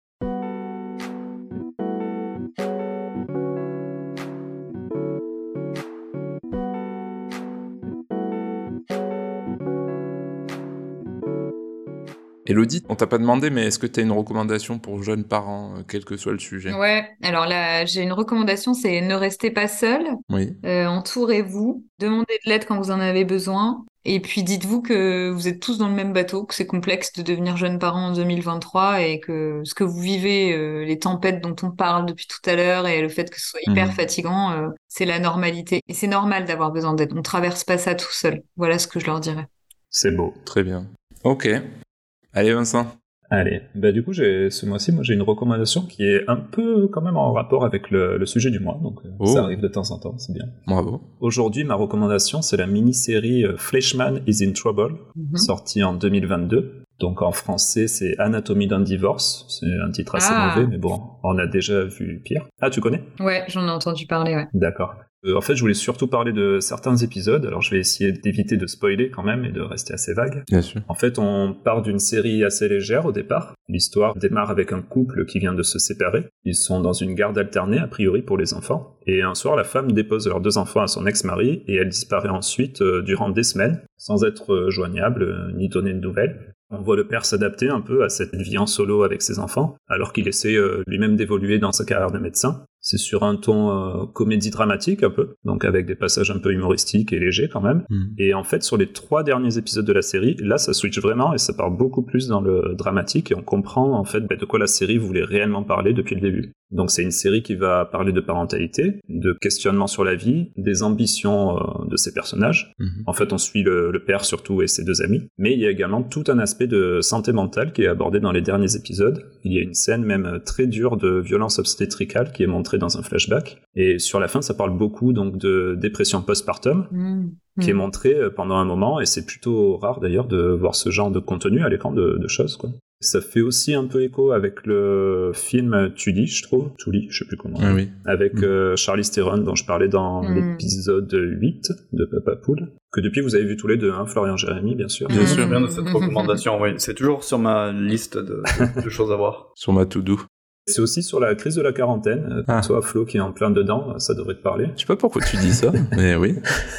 Elodie, on t'a pas demandé, mais est-ce que t'as une recommandation pour jeunes parents, euh, quel que soit le sujet? Ouais, alors là, j'ai une recommandation, c'est ne restez pas seul, Oui. euh, entourez-vous, demandez de l'aide quand vous en avez besoin, et puis dites-vous que vous êtes tous dans le même bateau, que c'est complexe de devenir jeune parent en deux mille vingt-trois, et que ce que vous vivez, euh, les tempêtes dont on parle depuis tout à l'heure, et le fait que ce soit hyper Mhm. fatigant, euh, c'est la normalité. Et c'est normal d'avoir besoin d'aide, on traverse pas ça tout seul. Voilà ce que je leur dirais. C'est beau. Très bien. Ok. Allez Vincent. Allez, bah du coup, j'ai, ce mois-ci, moi j'ai une recommandation qui est un peu quand même en rapport avec le, le sujet du mois, donc euh, Oh. ça arrive de temps en temps, c'est bien. Bravo. Aujourd'hui, ma recommandation, c'est la mini-série euh, Fleischman is in Trouble, Mhm. sortie en deux mille vingt-deux. Donc en français, c'est Anatomie d'un divorce. C'est un titre assez Ah. mauvais, mais bon, on a déjà vu pire. Ah, tu connais? Ouais, j'en ai entendu parler, ouais. D'accord. Euh, en fait, je voulais surtout parler de certains épisodes, alors je vais essayer d'éviter de spoiler quand même et de rester assez vague. Bien sûr. En fait, on part d'une série assez légère au départ. L'histoire démarre avec un couple qui vient de se séparer. Ils sont dans une garde alternée, a priori pour les enfants. Et un soir, la femme dépose leurs deux enfants à son ex-mari et elle disparaît ensuite euh, durant des semaines, sans être euh, joignable euh, ni donner de nouvelles. On voit le père s'adapter un peu à cette vie en solo avec ses enfants, alors qu'il essaie euh, lui-même d'évoluer dans sa carrière de médecin. C'est sur un ton euh, comédie dramatique un peu, donc avec des passages un peu humoristiques et légers quand même. Mhm. Et en fait, sur les trois derniers épisodes de la série, là, ça switch vraiment et ça part beaucoup plus dans le dramatique et on comprend en fait bah, de quoi la série voulait réellement parler depuis le début. Donc c'est une série qui va parler de parentalité, de questionnement sur la vie, des ambitions euh, de ses personnages. Mhm. En fait, on suit le, le père surtout et ses deux amis. Mais il y a également tout un aspect de santé mentale qui est abordé dans les derniers épisodes. Il y a une scène même très dure de violence obstétricale qui est montrée dans un flashback. Et sur la fin, ça parle beaucoup donc de dépression postpartum, Mhm. qui est Mhm. montrée pendant un moment. Et c'est plutôt rare d'ailleurs de voir ce genre de contenu à l'écran de, de choses, quoi. Ça fait aussi un peu écho avec le film Tully, je trouve. Tully, je sais plus comment. Ah oui. Avec Mm. euh, Charlize Theron, dont je parlais dans Mm. l'épisode huit de Papa Poule, que depuis vous avez vu tous les deux, hein, Florian Jérémy, bien sûr. Bien sûr. Bien de cette recommandation, oui. C'est toujours sur ma liste de, de choses à voir. Sur ma to-do. C'est aussi sur la crise de la quarantaine. Euh, Ah. Toi, Flo, qui est en plein dedans, ça devrait te parler. Je sais pas pourquoi tu dis ça, mais oui.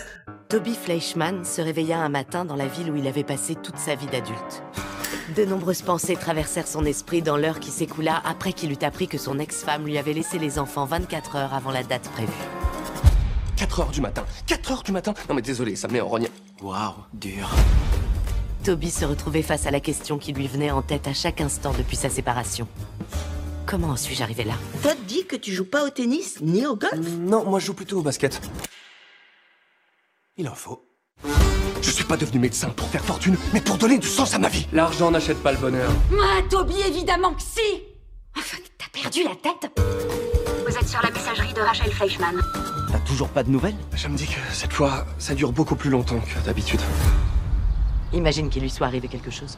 Toby Fleischman se réveilla un matin dans la ville où il avait passé toute sa vie d'adulte. De nombreuses pensées traversèrent son esprit dans l'heure qui s'écoula après qu'il eut appris que son ex-femme lui avait laissé les enfants vingt-quatre heures avant la date prévue. quatre heures du matin. quatre heures du matin. Non mais désolé, ça me met en rogne. Waouh, dur. Toby se retrouvait face à la question qui lui venait en tête à chaque instant depuis sa séparation. Comment en suis-je arrivé là? Toi te dis que tu joues pas au tennis ni au golf? Non, moi je joue plutôt au basket. Il en faut. Je suis pas devenu médecin pour faire fortune, mais pour donner du sens à ma vie. L'argent n'achète pas le bonheur. Ah, Toby, évidemment que si. Enfin, t'as perdu la tête. Vous êtes sur la messagerie de Rachel Fleischman. T'as toujours pas de nouvelles? Je me dis que cette fois, ça dure beaucoup plus longtemps que d'habitude. Imagine qu'il lui soit arrivé quelque chose.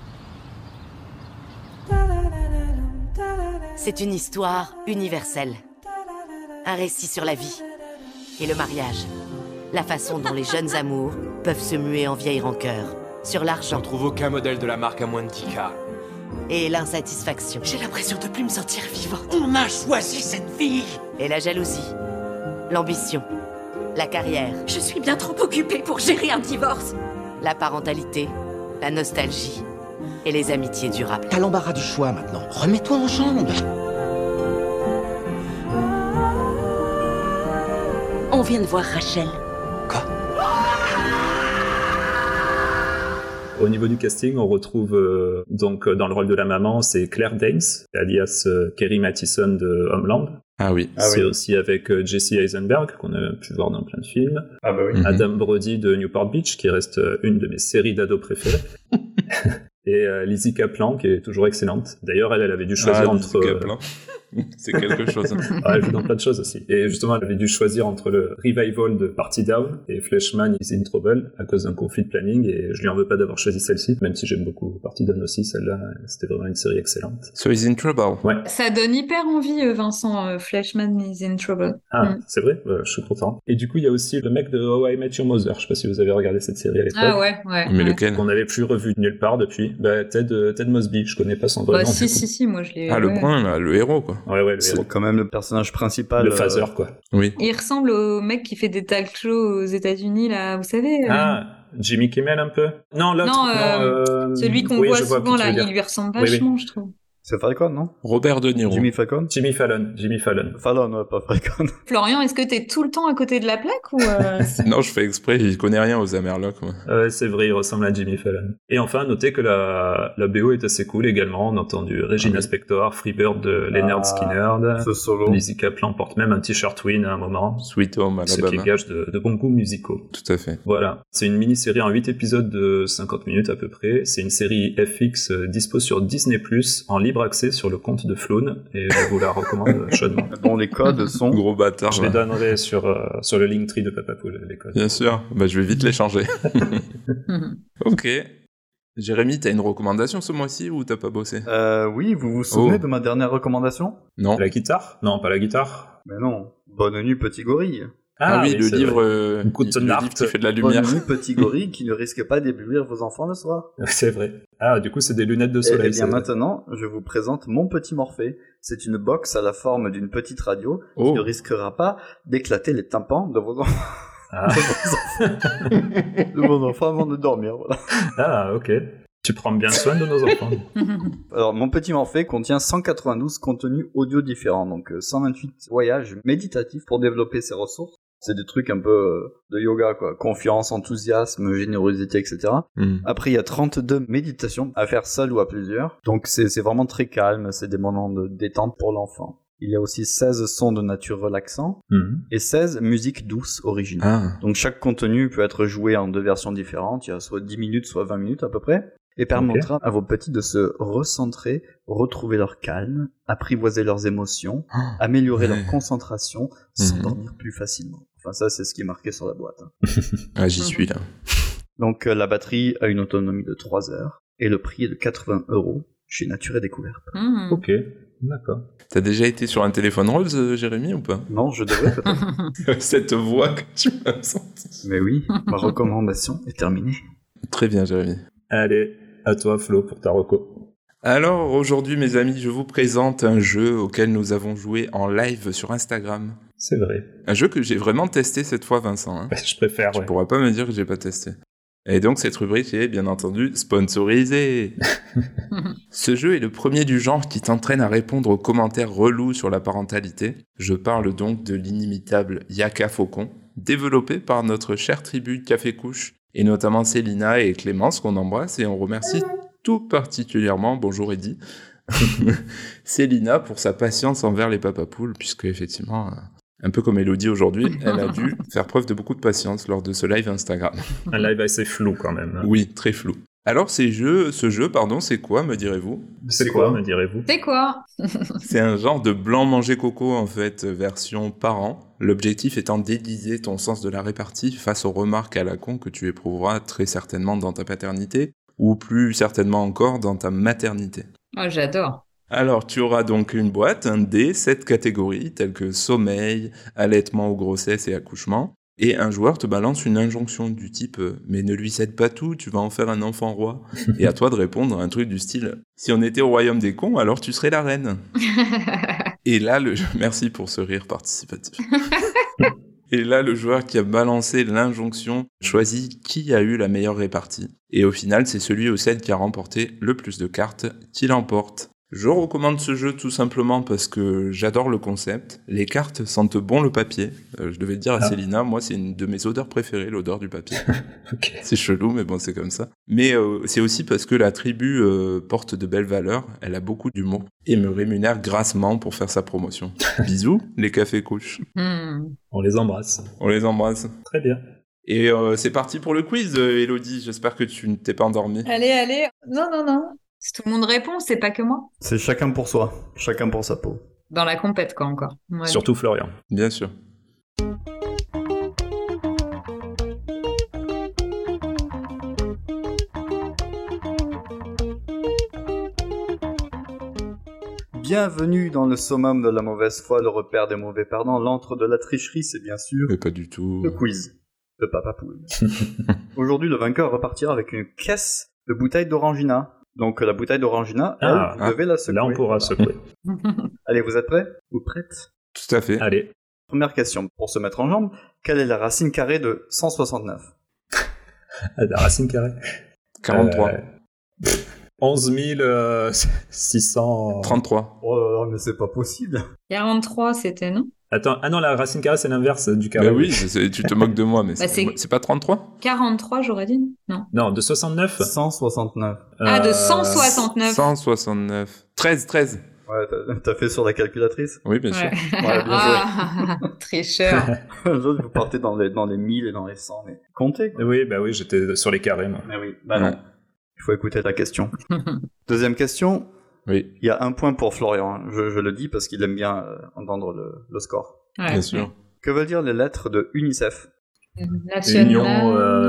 C'est une histoire universelle. Un récit sur la vie et le mariage. La façon dont les jeunes amours peuvent se muer en vieilles rancœurs. Sur Je l'argent, trouve aucun modèle de la marque à moins de dix K. et l'insatisfaction. J'ai l'impression de plus me sentir vivante. On a choisi cette vie. Et la jalousie, l'ambition, la carrière, Je suis bien trop occupée pour gérer un divorce. la parentalité, la nostalgie et les amitiés durables. T'as l'embarras du choix maintenant. Remets-toi en jambes. On vient de voir Rachel. Au niveau du casting, on retrouve euh, donc euh, dans le rôle de la maman, c'est Claire Danes, alias euh, Kerry Mathison de Homeland. Ah oui. Ah c'est oui. aussi avec euh, Jesse Eisenberg, qu'on a pu voir dans plein de films. Ah bah oui. Mhm. Adam Brody de Newport Beach, qui reste euh, une de mes séries d'ados préférées. Et euh, Lizzie Kaplan, qui est toujours excellente. D'ailleurs, elle, elle avait dû choisir Ah, entre... Lizzie Kaplan. C'est quelque chose. Ah, elle joue dans plein de choses aussi. Et justement, elle avait dû choisir entre le revival de Party Down et Fleshman is in Trouble à cause d'un conflit de planning, et je lui en veux pas d'avoir choisi celle-ci, même si j'aime beaucoup Party Down aussi, celle-là, c'était vraiment une série excellente. So he's in trouble. Ouais. Ça donne hyper envie, euh, Vincent. euh, Fleshman is in trouble. Ah, Mm. c'est vrai, euh, je suis content. Et du coup, il y a aussi le mec de How I Met Your Mother, je sais pas si vous avez regardé cette série à l'époque. Ah ouais, ouais. Mais ouais. lequel? Qu'on n'avait plus revu nulle part depuis. Bah, Ted, euh, Ted Mosby, je connais pas son vrai Bah nom. si, du coup. si, si, moi je l'ai... Ah, le ouais. point, là, le héros, quoi. Ouais, ouais, le C'est héros. quand même le personnage principal. Le euh, phaser, quoi. Oui. Il ressemble au mec qui fait des talk shows aux États-Unis, là, vous savez. euh, Ah, Jimmy Kimmel un peu? Non, l'autre. Non, euh, euh, Celui qu'on oui, voit je vois souvent, qui tu là, veux dire. il lui ressemble Oui, oui. vachement, je trouve. C'est Falcon, non Robert De Niro. Jimmy Falcon Jimmy Fallon, Jimmy Fallon. Fallon, ouais, pas Falcon. Florian, est-ce que t'es tout le temps à côté de la plaque ou... euh, Non, je fais exprès, je connais rien aux Amerlocs, moi. Ouais, c'est vrai, il ressemble à Jimmy Fallon. Et enfin, notez que la, la B O est assez cool également. On a entendu Regina Ah oui. Spector, Freebird de Leonard Ah, Skinner. Ce solo. Lizzie Kaplan porte même un t-shirt Win à un moment. Sweet Home Ce qui Alabama. gage de, de bons goûts musicaux. Tout à fait. Voilà. C'est une mini-série en huit épisodes de cinquante minutes à peu près. C'est une série F X euh, dispo sur Disney plus, en libre accès sur le compte de Flown. Et je vous la recommande chaudement. Bon, les codes sont... Gros bâtard. Je les là. donnerai sur, euh, sur le Linktree de Papa Poule, les codes. Bien sûr. Bah, je vais vite les changer. Ok. Jérémy, t'as une recommandation ce mois-ci ou t'as pas bossé? Euh, oui, vous vous souvenez Oh. de ma dernière recommandation Non. La guitare? Non, pas la guitare. Mais non. Bonne nuit, petit gorille. Ah, oui, oui, le c'est livre, vrai. euh, Gute le Nacht. livre qui fait de la Bonne lumière. nuit, petit gorille qui ne risque pas d'éblouir vos enfants le soir. C'est vrai. Ah, du coup, c'est des lunettes de Et, soleil. et bien c'est- maintenant, je vous présente mon petit Morphée. C'est une box à la forme d'une petite radio qui Oh. ne risquera pas d'éclater les tympans de vos enfants, Ah. de vos enfants avant de dormir. Voilà. Ah, ok. Tu prends bien soin de nos enfants. Alors, mon petit Morphée contient cent quatre-vingt-douze contenus audio différents, donc euh, cent vingt-huit voyages méditatifs pour développer ses ressources. C'est des trucs un peu euh, de yoga, quoi. Confiance, enthousiasme, générosité, et cetera. Hmm. Après, il y a trente-deux méditations à faire seul ou à plusieurs. Donc, c'est c'est vraiment très calme. C'est des moments de détente pour l'enfant. Il y a aussi seize sons de nature relaxants Mhm. et seize musiques douces originales. Ah. Donc, chaque contenu peut être joué en deux versions différentes. Il y a soit dix minutes, soit vingt minutes à peu près. Et permettra à vos petits de se recentrer, retrouver leur calme, apprivoiser leurs émotions, améliorer ouais. leur concentration, s'endormir plus facilement. Enfin, ça, c'est ce qui est marqué sur la boîte. hein. Ah, j'y suis là. Donc, euh, la batterie a une autonomie de trois heures et le prix est de quatre-vingts euros chez Nature et Découverte. Mhm. Ok, d'accord. T'as déjà été sur un téléphone rose, euh, Jérémy, ou pas? Non, je devrais peut-être. Cette voix que tu m'as sentie. Mais oui, ma recommandation est terminée. Très bien, Jérémy. Allez, à toi, Flo, pour ta reco. Alors, aujourd'hui, mes amis, je vous présente un jeu auquel nous avons joué en live sur Instagram. C'est vrai. Un jeu que j'ai vraiment testé cette fois, Vincent. Hein. Je préfère, Tu ouais. pourras pas me dire que j'ai pas testé. Et donc, cette rubrique est, bien entendu, sponsorisée. Ce jeu est le premier du genre qui t'entraîne à répondre aux commentaires relous sur la parentalité. Je parle donc de l'inimitable Yaka Faucon, développé par notre chère tribu Café Couche, et notamment Célina et Clémence qu'on embrasse, et on remercie tout particulièrement, bonjour Eddy, Célina pour sa patience envers les papapoules, puisque effectivement, un peu comme Elodie aujourd'hui, elle a dû faire preuve de beaucoup de patience lors de ce live Instagram. Un live assez flou, quand même. Oui, très flou. Alors, ces jeux, ce jeu, pardon, c'est quoi, me direz-vous? C'est quoi, me direz-vous? C'est quoi? C'est un genre de blanc manger coco, en fait, version parent. L'objectif étant d'aiguiser ton sens de la répartie face aux remarques à la con que tu éprouveras très certainement dans ta paternité, ou plus certainement encore dans ta maternité. Oh, j'adore. Alors, tu auras donc une boîte, un dé, sept catégories, telles que sommeil, allaitement ou grossesse et accouchement. Et un joueur te balance une injonction du type euh, « Mais ne lui cède pas tout, tu vas en faire un enfant roi. » Et à toi de répondre un truc du style « Si on était au royaume des cons, alors tu serais la reine. » Et là, le... merci pour ce rire participatif. Et là, le joueur qui a balancé l'injonction choisit qui a eu la meilleure répartie. Et au final, c'est celui ou celle qui a remporté le plus de cartes qui l'emporte. Je recommande ce jeu tout simplement parce que j'adore le concept. Les cartes sentent bon le papier. Euh, je devais le dire à ah. Célina, moi c'est une de mes odeurs préférées, l'odeur du papier. Okay. C'est chelou, mais bon, c'est comme ça. Mais euh, c'est aussi parce que la tribu euh, porte de belles valeurs, elle a beaucoup d'humour et me rémunère grassement pour faire sa promotion. Bisous, les cafés couches. Mm. On les embrasse. On les embrasse. Très bien. Et euh, c'est parti pour le quiz, euh, Élodie. J'espère que tu ne t'es pas endormie. Allez, allez. Non, non, non. Si tout le monde répond, c'est pas que moi. C'est chacun pour soi, chacun pour sa peau. Dans la compète, quoi, encore. Ouais. Surtout Florian. Bien sûr. Bienvenue dans le summum de la mauvaise foi, le repère des mauvais perdants, l'antre de la tricherie, c'est bien sûr... Mais pas du tout. Le quiz de Papa Poule. Aujourd'hui, le vainqueur repartira avec une caisse de bouteilles d'Orangina. Donc la bouteille d'Orangina, elle, ah, vous ah, devez la secouer. Là, on pourra secouer. Allez, vous êtes prêts? Ou prêtes? Tout à fait. Allez. Première question, pour se mettre en jambe, quelle est la racine carrée de cent soixante-neuf? La racine carrée quarante-trois. Euh... onze mille six cent trente-trois. Oh là là, mais c'est pas possible. quarante-trois, c'était, non? Attends, ah non, la racine carrée, c'est l'inverse du carré. Bah oui, c'est, tu te moques de moi, mais bah c'est, c'est pas trente-trois? quarante-trois, j'aurais dit, non? Non, de soixante-neuf? cent soixante-neuf. Euh... Ah, de cent soixante-neuf. cent soixante-neuf. treize, treize. Ouais, t'as, t'as fait sur la calculatrice? Oui, bien sûr. Ouais, ouais bien ah, tricheur. Vous partez dans les, dans les mille et dans les cents, mais comptez, quoi. Oui, bah oui, j'étais sur les carrés, moi. Mais oui, bah non. non. Il faut écouter la question. Deuxième question. Oui. Il y a un point pour Florian. Je, je le dis parce qu'il aime bien euh, entendre le, le score. Ouais. Bien sûr. Que veulent dire les lettres de UNICEF? National... Union euh,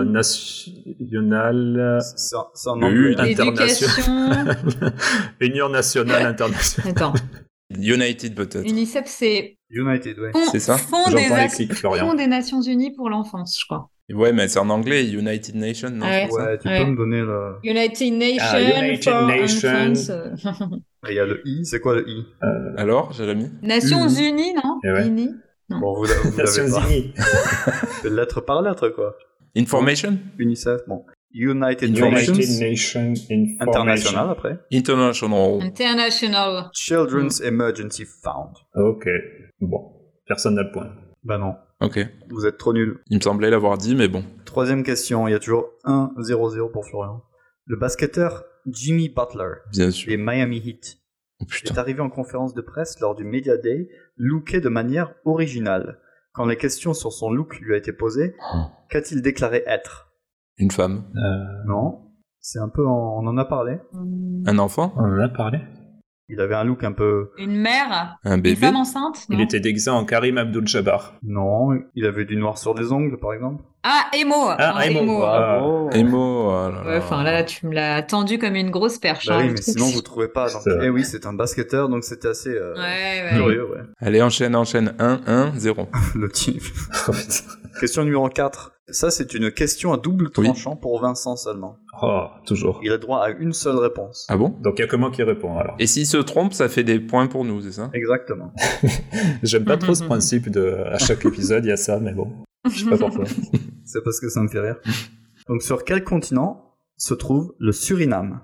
nationale... C'est, c'est en anglais. Internationale. Union nationale internationale. Attends. United peut-être. UNICEF, c'est... United, ouais. Fond, c'est ça. Fond des, Ac... Fond des Nations Unies pour l'enfance, je crois. Ouais, mais c'est en anglais, United Nations, non? Ouais, ouais tu ouais. peux me donner le... United Nations ah, United for Nations. Il y a le I, c'est quoi le I? euh... Alors, Jérémy? Nations U. Unies, non? Ouais. Unis non. Bon, vous, vous Nations Unies. C'est lettre par lettre, quoi. Information? UNICEF, bon. United, United Nations. Nation International, après. International. International. Children's mm. Emergency Fund. Ok. Bon. Personne n'a le point. Bah non. Ok. Vous êtes trop nuls. Il me semblait l'avoir dit, mais bon. Troisième question, il y a toujours un zéro zéro pour Florian. Le basketteur Jimmy Butler Bien sûr. des Miami Heat oh, est arrivé en conférence de presse lors du Media Day, looké de manière originale. Quand les questions sur son look lui a été posées, oh. qu'a-t-il déclaré être? Une femme. Euh... Non. C'est un peu... En... On en a parlé. Un enfant? On en a parlé. Il avait un look un peu... Une mère? Un bébé? Une femme enceinte? Il non. était déguisé en Karim Abdul-Jabbar. Non, il avait du noir sur les ongles, par exemple. Ah, Emo! Ah, Emo! Emo! Ah. Oh. Emo, oh là là. Enfin, là, tu me l'as tendu comme une grosse perche. Bah hein, oui, mais sinon, vous trouvez pas. Donc... Eh oui, c'est un basketteur, donc c'était assez euh... ouais, ouais. curieux, ouais. Allez, enchaîne, enchaîne. un, un, zéro. Le type. Question numéro quatre. Ça, c'est une question à double tranchant oui. pour Vincent seulement. Oh, toujours. Il a droit à une seule réponse. Ah bon? Donc il y a que moi qui réponds alors. Et s'il se trompe, ça fait des points pour nous, c'est ça? Exactement. J'aime pas trop ce principe de à chaque épisode il y a ça, mais bon, je sais pas pourquoi. C'est parce que ça me fait rire. Donc sur quel continent se trouve le Suriname?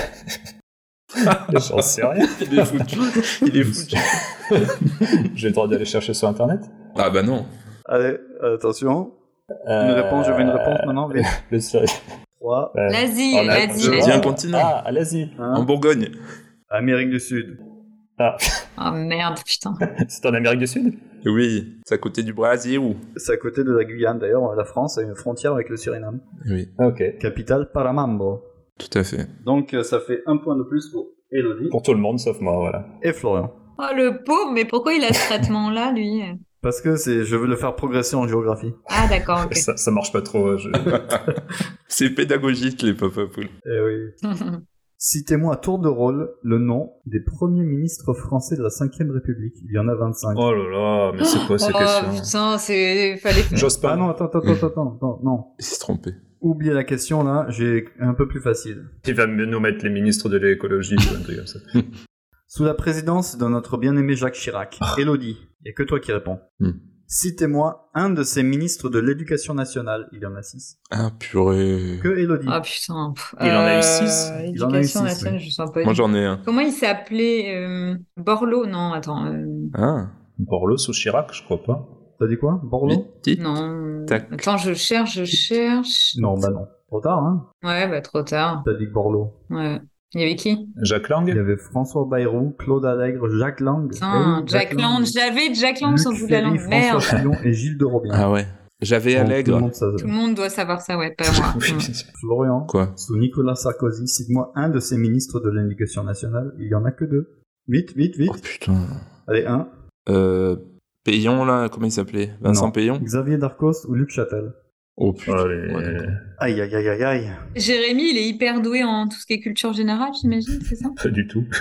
J'en sais rien. Il est foutu. Il est foutu. J'ai le droit d'aller chercher sur internet? Ah bah non. Allez, attention. Euh... Une réponse, je veux une réponse maintenant. Mais... Le Suriname. trois. Euh... L'Asie, a... l'Asie. Dis un continent. Ah, à l'Asie. Hein? En Bourgogne. Amérique du Sud. Ah. Oh merde, putain. C'est en Amérique du Sud? Oui. C'est à côté du Brésil ou? C'est à côté de la Guyane d'ailleurs. La France a une frontière avec le Suriname. Oui. Ok. Capitale Paramambo. Tout à fait. Donc ça fait un point de plus pour Élodie. Pour tout le monde sauf moi, voilà. Et Florian. Oh le pauvre, mais pourquoi il a ce traitement-là, lui? Parce que c'est, je veux le faire progresser en géographie. Ah d'accord, ok. ça, ça marche pas trop. Je... C'est pédagogique les Papa Poule. Eh oui. Citez-moi à tour de rôle le nom des premiers ministres français de la cinquième République. Il y en a vingt-cinq. Oh là là, mais c'est quoi ces Oh questions putain, c'est... Fallait... J'ose pas. Ah non, attends, attends, attends, attends, attends, non. Il s'est trompé. Oubliez la question là, j'ai un peu plus facile. Il va nous mettre les ministres de l'écologie ou un truc comme ça. Sous la présidence de notre bien-aimé Jacques Chirac, Élodie, il n'y a que toi qui réponds. Hmm. Citez-moi un de ces ministres de l'éducation nationale. Il y en a six. Ah, purée. Que Élodie. Ah putain. Pff, Il en a eu euh, six. Il en a eu Éducation six, nationale, oui. je sens pas. Moi, du- j'en ai un. Comment il s'appelait euh... Borloo? Non, attends. euh, Ah. Borloo sous Chirac, je crois pas. T'as dit quoi? Borloo? Vite, vite. Non. Tac. Attends, je cherche, je cherche. Non, bah non. Trop tard, hein? Ouais, bah trop tard. T'as dit que Borloo. Ouais. Il y avait qui? Jacques Il y Lang. avait François Bayrou, Claude Allègre, Jacques Lang. Putain, Eh oui, Jack Lang. J'avais Jack Lang Luc sur le bout de la Ferry, langue. Merde. François Fillon et Gilles de Robien. Ah ouais. J'avais Bon, tout le Allègre. monde, ça, Tout le monde doit savoir ça, ouais, pas moi. Oui, Mm. bien sûr. Florian, Quoi? sous Nicolas Sarkozy, cite-moi un de ces ministres de l'éducation nationale. Il y en a que deux. Vite, vite, vite. Oh putain. Allez, un. Euh, Payon, là, comment il s'appelait? Vincent Non. Payon? Xavier Darcos ou Luc Châtel. Oh putain. Allez. Ouais, d'accord. Aïe, aïe, aïe, aïe, aïe. Jérémy, il est hyper doué en tout ce qui est culture générale, j'imagine, c'est ça? Pas du tout.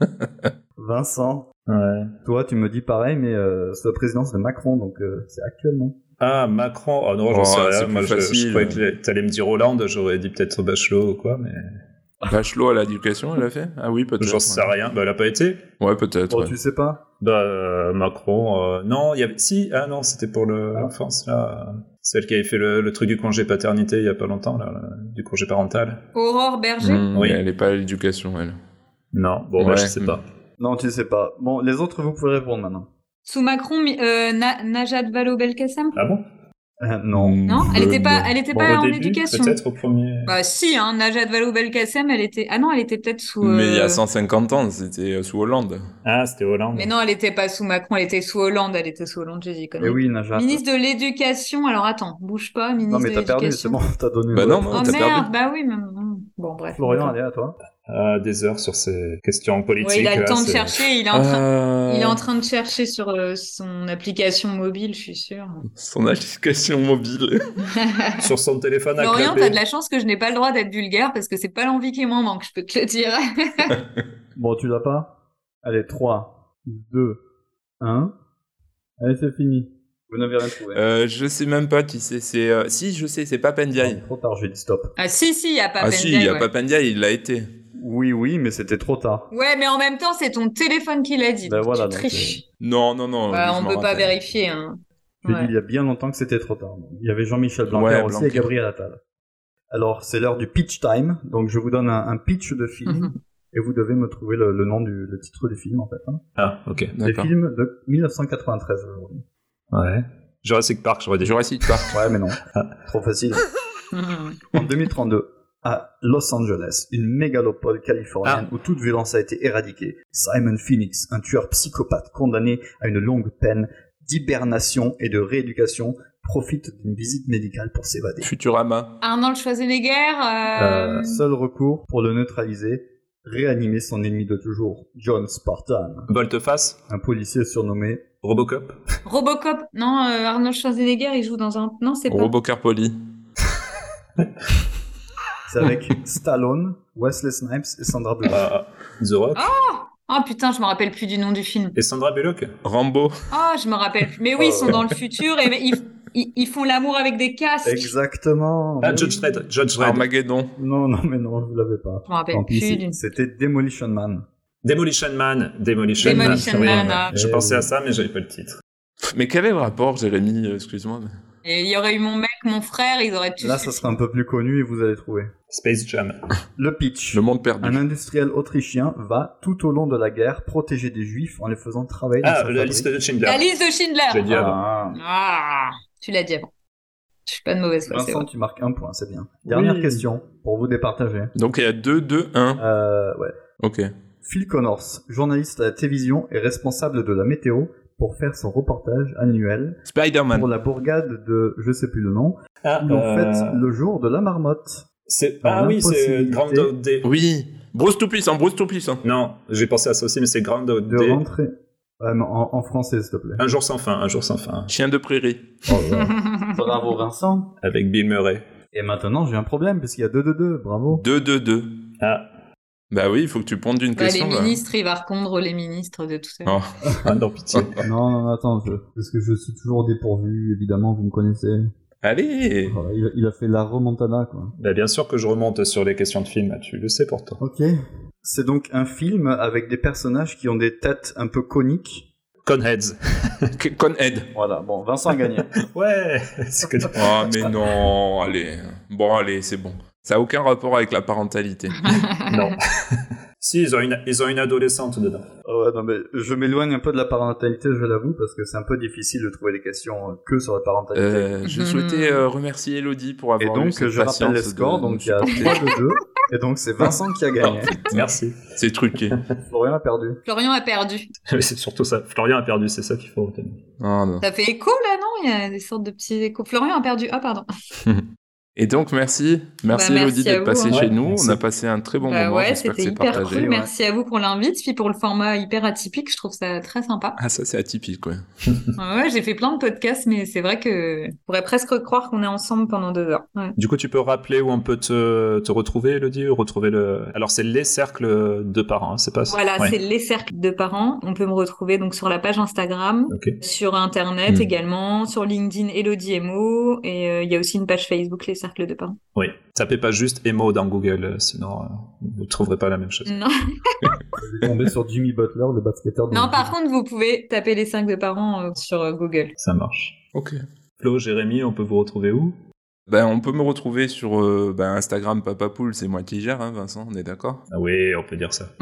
Vincent, Ouais. toi, tu me dis pareil, mais euh, sous la présidence de Macron, donc euh, c'est actuellement. Ah, Macron. Oh non, j'en Oh, sais c'est rien. plus Moi, je, je facile. croyais que t'allais me dire Hollande. J'aurais dit peut-être Bachelot ou quoi, mais Bachelot à l'éducation, elle a fait? Ah oui, peut-être. j'en sais ouais. rien. Bah, elle a pas été. Ouais, peut-être. Bon, ouais. tu sais pas? Bah, euh, Macron. euh, Non, il y avait. Si. Ah non, c'était pour le- l'enfance là. Celle qui avait fait le, le truc du congé paternité il y a pas longtemps là, le- du congé parental. Aurore Berger? Mmh, Oui. Elle est pas à l'éducation, elle. Non. Bon, bah, Ouais. je sais pas. Non, tu sais pas. Bon, les autres, vous pouvez répondre maintenant. Sous Macron, mi- euh, Na- Najat Vallaud-Belkacem? Ah bon? Euh, non. Non, elle Euh, était pas, non. elle était Bon, pas Au en début, éducation. peut-être au premier. Bah si, hein, Najat Vallaud-Belkacem, elle était... Ah non, elle était peut-être sous... Mais il y euh, a cent cinquante ans, c'était euh, sous Hollande. Ah, c'était Hollande. Mais non, elle était pas sous Macron, elle était sous Hollande, elle était sous Hollande, j'ai dit Eh connerie. oui, Najat. Ministre de l'Éducation, alors attends, bouge pas, ministre Non, mais de t'as perdu, c'est l'Éducation. bon, t'as donné. Bah une non, réponse. non, Oh t'as merde, perdu. bah oui, mais... Bon, bref. Florian, d'accord. allez, à toi. Ah, des heures sur ces questions politiques. Ouais, il a le là, temps de c'est- chercher, il est en train... Euh, Il est en train de chercher sur euh, son application mobile, je suis sûre. Son application mobile. Sur son téléphone à Florian, clapper. t'as de la chance que je n'ai pas le droit d'être vulgaire parce que c'est pas l'envie qui m'en manque, je peux te le dire. Bon, tu l'as pas? Allez, trois, deux, un. Allez, c'est fini. Vous n'avez rien trouvé. Euh, je sais même pas qui c'est. C'est euh, si, je sais, c'est Papendiaï. Non, trop tard, j'ai dit stop. Ah si, si, il y a pas Ah si, il y a ouais. Papendiaï, il l'a été. Oui, oui, mais c'était trop tard. Ouais, mais en même temps, c'est ton téléphone qui l'a dit. Ben donc voilà, tu donc, triches. Non, non, non. Bah, lui, je on m'en peut pas rappelle. vérifier. Hein. J'ai Ouais. dit il y a bien longtemps que c'était trop tard. Il y avait Jean-Michel Blanquer Ouais, aussi Blanquer. et Gabriel Attal. Alors, c'est l'heure du pitch time. Donc, je vous donne un, un pitch de film et vous devez me trouver le, le nom du le titre du film, en fait. Hein. Ah, ok. Des D'accord. films de mille neuf cent quatre-vingt-treize aujourd'hui. Ouais. Jurassic Park, j'aurais dit. Jurassic Park. Ouais, mais non. Trop facile. En deux mille trente-deux, à Los Angeles, une mégalopole californienne où toute violence a été éradiquée, Simon Phoenix, un tueur psychopathe condamné à une longue peine d'hibernation et de rééducation, profite d'une visite médicale pour s'évader. Futurama. Arnold Schwarzenegger. Euh... Euh, seul recours pour le neutraliser, réanimer son ennemi de toujours, John Spartan, Volte-face. un policier surnommé... Robocop. Robocop. Non, euh, Arnold Schwarzenegger, il joue dans un. Non, c'est pas. Robocarpoli. C'est avec Stallone, Wesley Snipes et Sandra Bullock. Ah, The Rock. Oh putain, je me rappelle plus du nom du film. Et Sandra Bullock. Rambo. Oh, je me rappelle plus. Mais oui, ils sont dans le futur et ils, ils, ils font l'amour avec des casques. Exactement. Ah, Mais Judge oui. Dredd. Judge Dredd. Armageddon. Non, non, mais non, vous l'avez pas. Je me rappelle Tant pis, plus c'est- du. C'était Demolition Man. Demolition Man. Demolition, Demolition Man. Man, Oui, ah. Je Eh pensais oui. à ça, mais j'avais pas le titre. Mais quel est le rapport, Jérémy? Euh, Excuse-moi. mais- Et il y aurait eu mon mec, mon frère, ils auraient tous. Là, ça sera un peu plus connu et vous allez trouver. Space Jam. Le pitch. Le monde perdu. Un industriel autrichien va, tout au long de la guerre, protéger des juifs en les faisant travailler dans Ah, sa la fabrique. liste de Schindler. La liste de Schindler. J'ai dit avant. Ah. Ah, tu l'as dit avant. Je suis pas de mauvaise foi, c'est Vincent, vrai. tu marques un point, c'est bien. Dernière Oui. question, pour vous départager. Donc il y a deux, deux, un. Euh, ouais. Ok. Phil Connors, journaliste à la télévision et responsable de la météo, pour faire son reportage annuel pour Spider-Man. la bourgade de, je sais plus le nom, Ah, où on euh, fête le jour de la marmotte. c'est... dans Ah oui, c'est l'impossibilité Groundhog Day. Oui. Bruce Tout-Puissant, Bruce Tout-Puissant. Non, j'ai pensé à ça aussi, mais c'est Groundhog De Day. rentrer. Ouais, mais en, en français, s'il te plaît. Un jour sans fin, un jour sans fin. Chien de prairie. Oh, ouais. Bravo Vincent. Avec Bill Murray. Et maintenant, j'ai un problème, puisqu'il y a deux deux deux. Bravo. deux, deux, deux. Ah, Bah oui, il faut que tu pondes d'une Bah, question. les là. ministres, il va répondre les ministres de tout ça. Oh. Ah, non, pitié. Non, non, attends, je... parce que je suis toujours dépourvu, évidemment, vous me connaissez. Allez Voilà, il, a, il a fait la remontada, quoi. Bah, bien sûr que je remonte sur les questions de film, tu le sais pourtant. Ok. C'est donc un film avec des personnages qui ont des têtes un peu coniques. Conheads. Conhead. Voilà, bon, Vincent a gagné. Ouais, c'est que... Oh, mais non, allez. Bon, allez, c'est bon. Ça n'a aucun rapport avec la parentalité. Non. Si, ils ont, une, ils ont une adolescente dedans. Ouais, non, mais je m'éloigne un peu de la parentalité, je l'avoue, parce que c'est un peu difficile de trouver des questions que sur la parentalité. Euh, je souhaitais euh, remercier Elodie pour avoir Et donc, eu cette je rappelle les scores, de, donc il y a trois de deux, et donc c'est Vincent qui a gagné. Oh, merci. C'est truqué. Florian a perdu. Florian a perdu. C'est surtout ça. Florian a perdu, c'est ça qu'il faut retenir. Oh, non. Ça fait écho, là, non? Il y a des sortes de petits échos. Florian a perdu. Ah, pardon. Et donc, merci. Merci bah, Elodie merci d'être passée hein. chez ouais, nous. merci. On a passé un très bon Bah moment. ouais, J'espère que c'était c'est hyper partagé. cool. ouais. Merci à vous pour l'invite. Puis pour le format hyper atypique, je trouve ça très sympa. Ah, ça, c'est atypique, ouais. Ouais, j'ai fait plein de podcasts, mais c'est vrai que je pourrais presque croire qu'on est ensemble pendant deux heures. Ouais. Du coup, tu peux rappeler où on peut te, te retrouver, Elodie, ou retrouver le... Alors, c'est les cercles de parents, hein, c'est pas ça? Voilà, Ouais. c'est les cercles de parents. On peut me retrouver donc sur la page Instagram, Ok. sur Internet Mm. également, sur LinkedIn Elodie Emo, et euh, il y a aussi une page Facebook les cercles de parents. Oui. Tapez pas juste Emo dans Google, euh, sinon euh, vous trouverez pas la même chose. Non, Je vais tomber sur Jimmy Butler, le basketteur. de- non, par contre, vous pouvez taper les cercles de parents euh, sur euh, Google. Ça marche. Ok. Flo, Jérémy, on peut vous retrouver où? Ben, on peut me retrouver sur euh, ben, Instagram Papapoule, c'est moi qui gère, hein, Vincent, on est d'accord? Ah oui, on peut dire ça.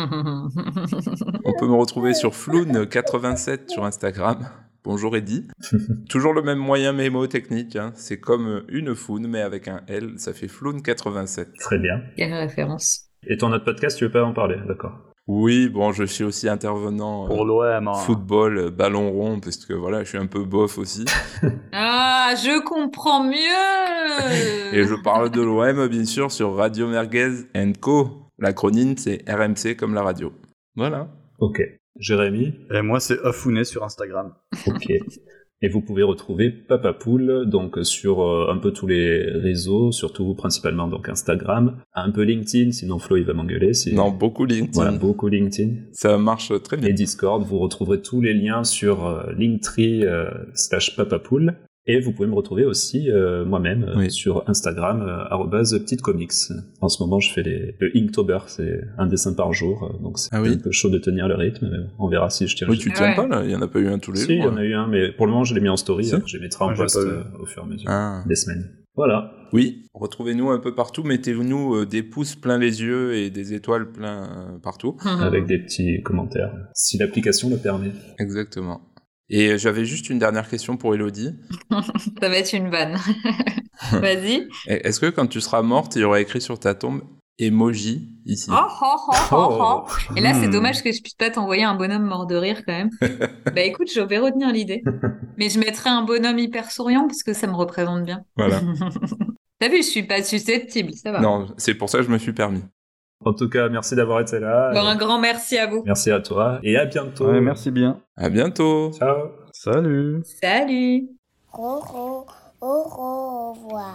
On peut me retrouver sur Floun quatre-vingt-sept sur Instagram. Bonjour Eddy. Toujours le même moyen mémotechnique, hein. C'est comme une foune, mais avec un L, ça fait Floun quatre-vingt-sept. Très bien. Quelle référence. Et ton autre podcast, tu veux pas en parler? D'accord. Oui, bon, je suis aussi intervenant Pour euh, l'O M. hein. football, euh, ballon rond, parce que voilà, je suis un peu bof aussi. Ah, je comprends mieux. Et je parle de l'O M, bien sûr, sur Radio Merguez and Co. L'acronyme, c'est R M C comme la radio. Voilà. Ok. Jérémy? Et moi, c'est Afouné sur Instagram. Ok. Et vous pouvez retrouver Papapoule donc sur euh, un peu tous les réseaux, surtout principalement donc Instagram, un peu LinkedIn, sinon Flo il va m'engueuler. Si... Non, beaucoup LinkedIn. Voilà, beaucoup LinkedIn. Ça marche très bien. Et Discord, vous retrouverez tous les liens sur euh, Linktree euh, slash Papapoule. Et vous pouvez me retrouver aussi euh, moi-même euh, Oui. sur Instagram, euh, arobase petite comics. En ce moment, je fais les, le Inktober, c'est un dessin par jour, euh, donc c'est Ah oui. un peu chaud de tenir le rythme, mais on verra si je tiens Oui, le tu Ah tiens ouais. pas là? Il y en a pas eu un tous les Si, il y jours. en a eu un, mais pour le moment, je l'ai mis en story, Si. après, je les mettrai en Ouais, j'ai post pas vu. euh, au fur et à mesure Ah. des semaines. Voilà. Oui, retrouvez-nous un peu partout, mettez-nous euh, des pouces plein les yeux et des étoiles plein euh, partout. Avec des petits commentaires, si l'application le permet. Exactement. Et euh, j'avais juste une dernière question pour Elodie. Ça va être une vanne. Vas-y. Et- Est-ce que quand tu seras morte, il y aura écrit sur ta tombe emoji ici? Oh, oh, oh, oh, oh. Et là, c'est Hmm. dommage que je puisse pas t'envoyer un bonhomme mort de rire quand même. Bah écoute, je vais retenir l'idée. Mais je mettrai un bonhomme hyper souriant parce que ça me représente bien. Voilà. T'as vu, je suis pas susceptible, ça va. Non, c'est pour ça que je me suis permis. En tout cas, merci d'avoir été là. Bon, un grand merci à vous. Merci à toi, et à bientôt. Ouais, merci bien. À bientôt. Ciao. Salut. Salut. Au, au, au revoir.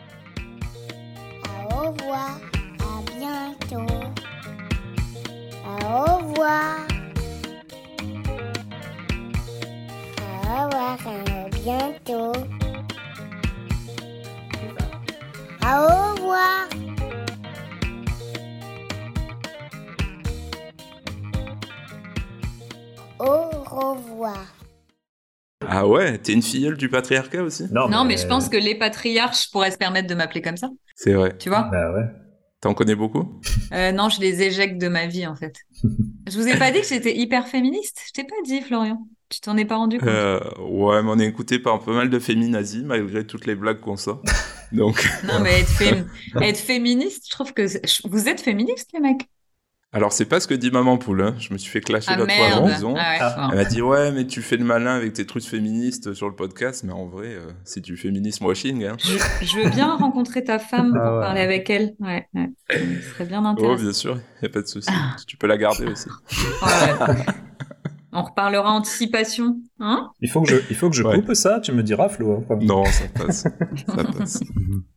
Au revoir, à bientôt. Au revoir. Au revoir, à bientôt. Au revoir. Au revoir. Ah ouais, t'es une filleule du patriarcat aussi? Non, mais je pense que les patriarches pourraient se permettre de m'appeler comme ça. C'est vrai. Tu vois? Bah ouais. T'en connais beaucoup? Euh, non, je les éjecte de ma vie, en fait. Je vous ai pas dit que j'étais hyper féministe? Je t'ai pas dit, Florian. Tu t'en es pas rendu compte? Euh, ouais, mais on est écouté par pas mal de féminazis, malgré toutes les blagues qu'on sort. Donc... Non, mais être, fém- être féministe, je trouve que... c'est- Vous êtes féministes, les mecs? Alors, c'est pas ce que dit Maman Poule, hein. Je me suis fait clasher Ah l'autre fois à la merde. maison. Ah ouais, Ah. bon. Elle m'a dit, ouais, mais tu fais le malin avec tes trucs féministes sur le podcast, mais en vrai, euh, c'est du féminisme washing, hein. Je, je veux bien rencontrer ta femme pour Ah ouais. parler avec elle. Ouais, ouais. Ce serait bien Oh, intéressant. bien sûr, y a pas de souci. Tu peux la garder aussi. Ouais. On reparlera anticipation, hein? Il faut que je, il faut que je Ouais. coupe ça, tu me diras, Flo. hein, pas- Non, ça passe. Ça passe. Mhm.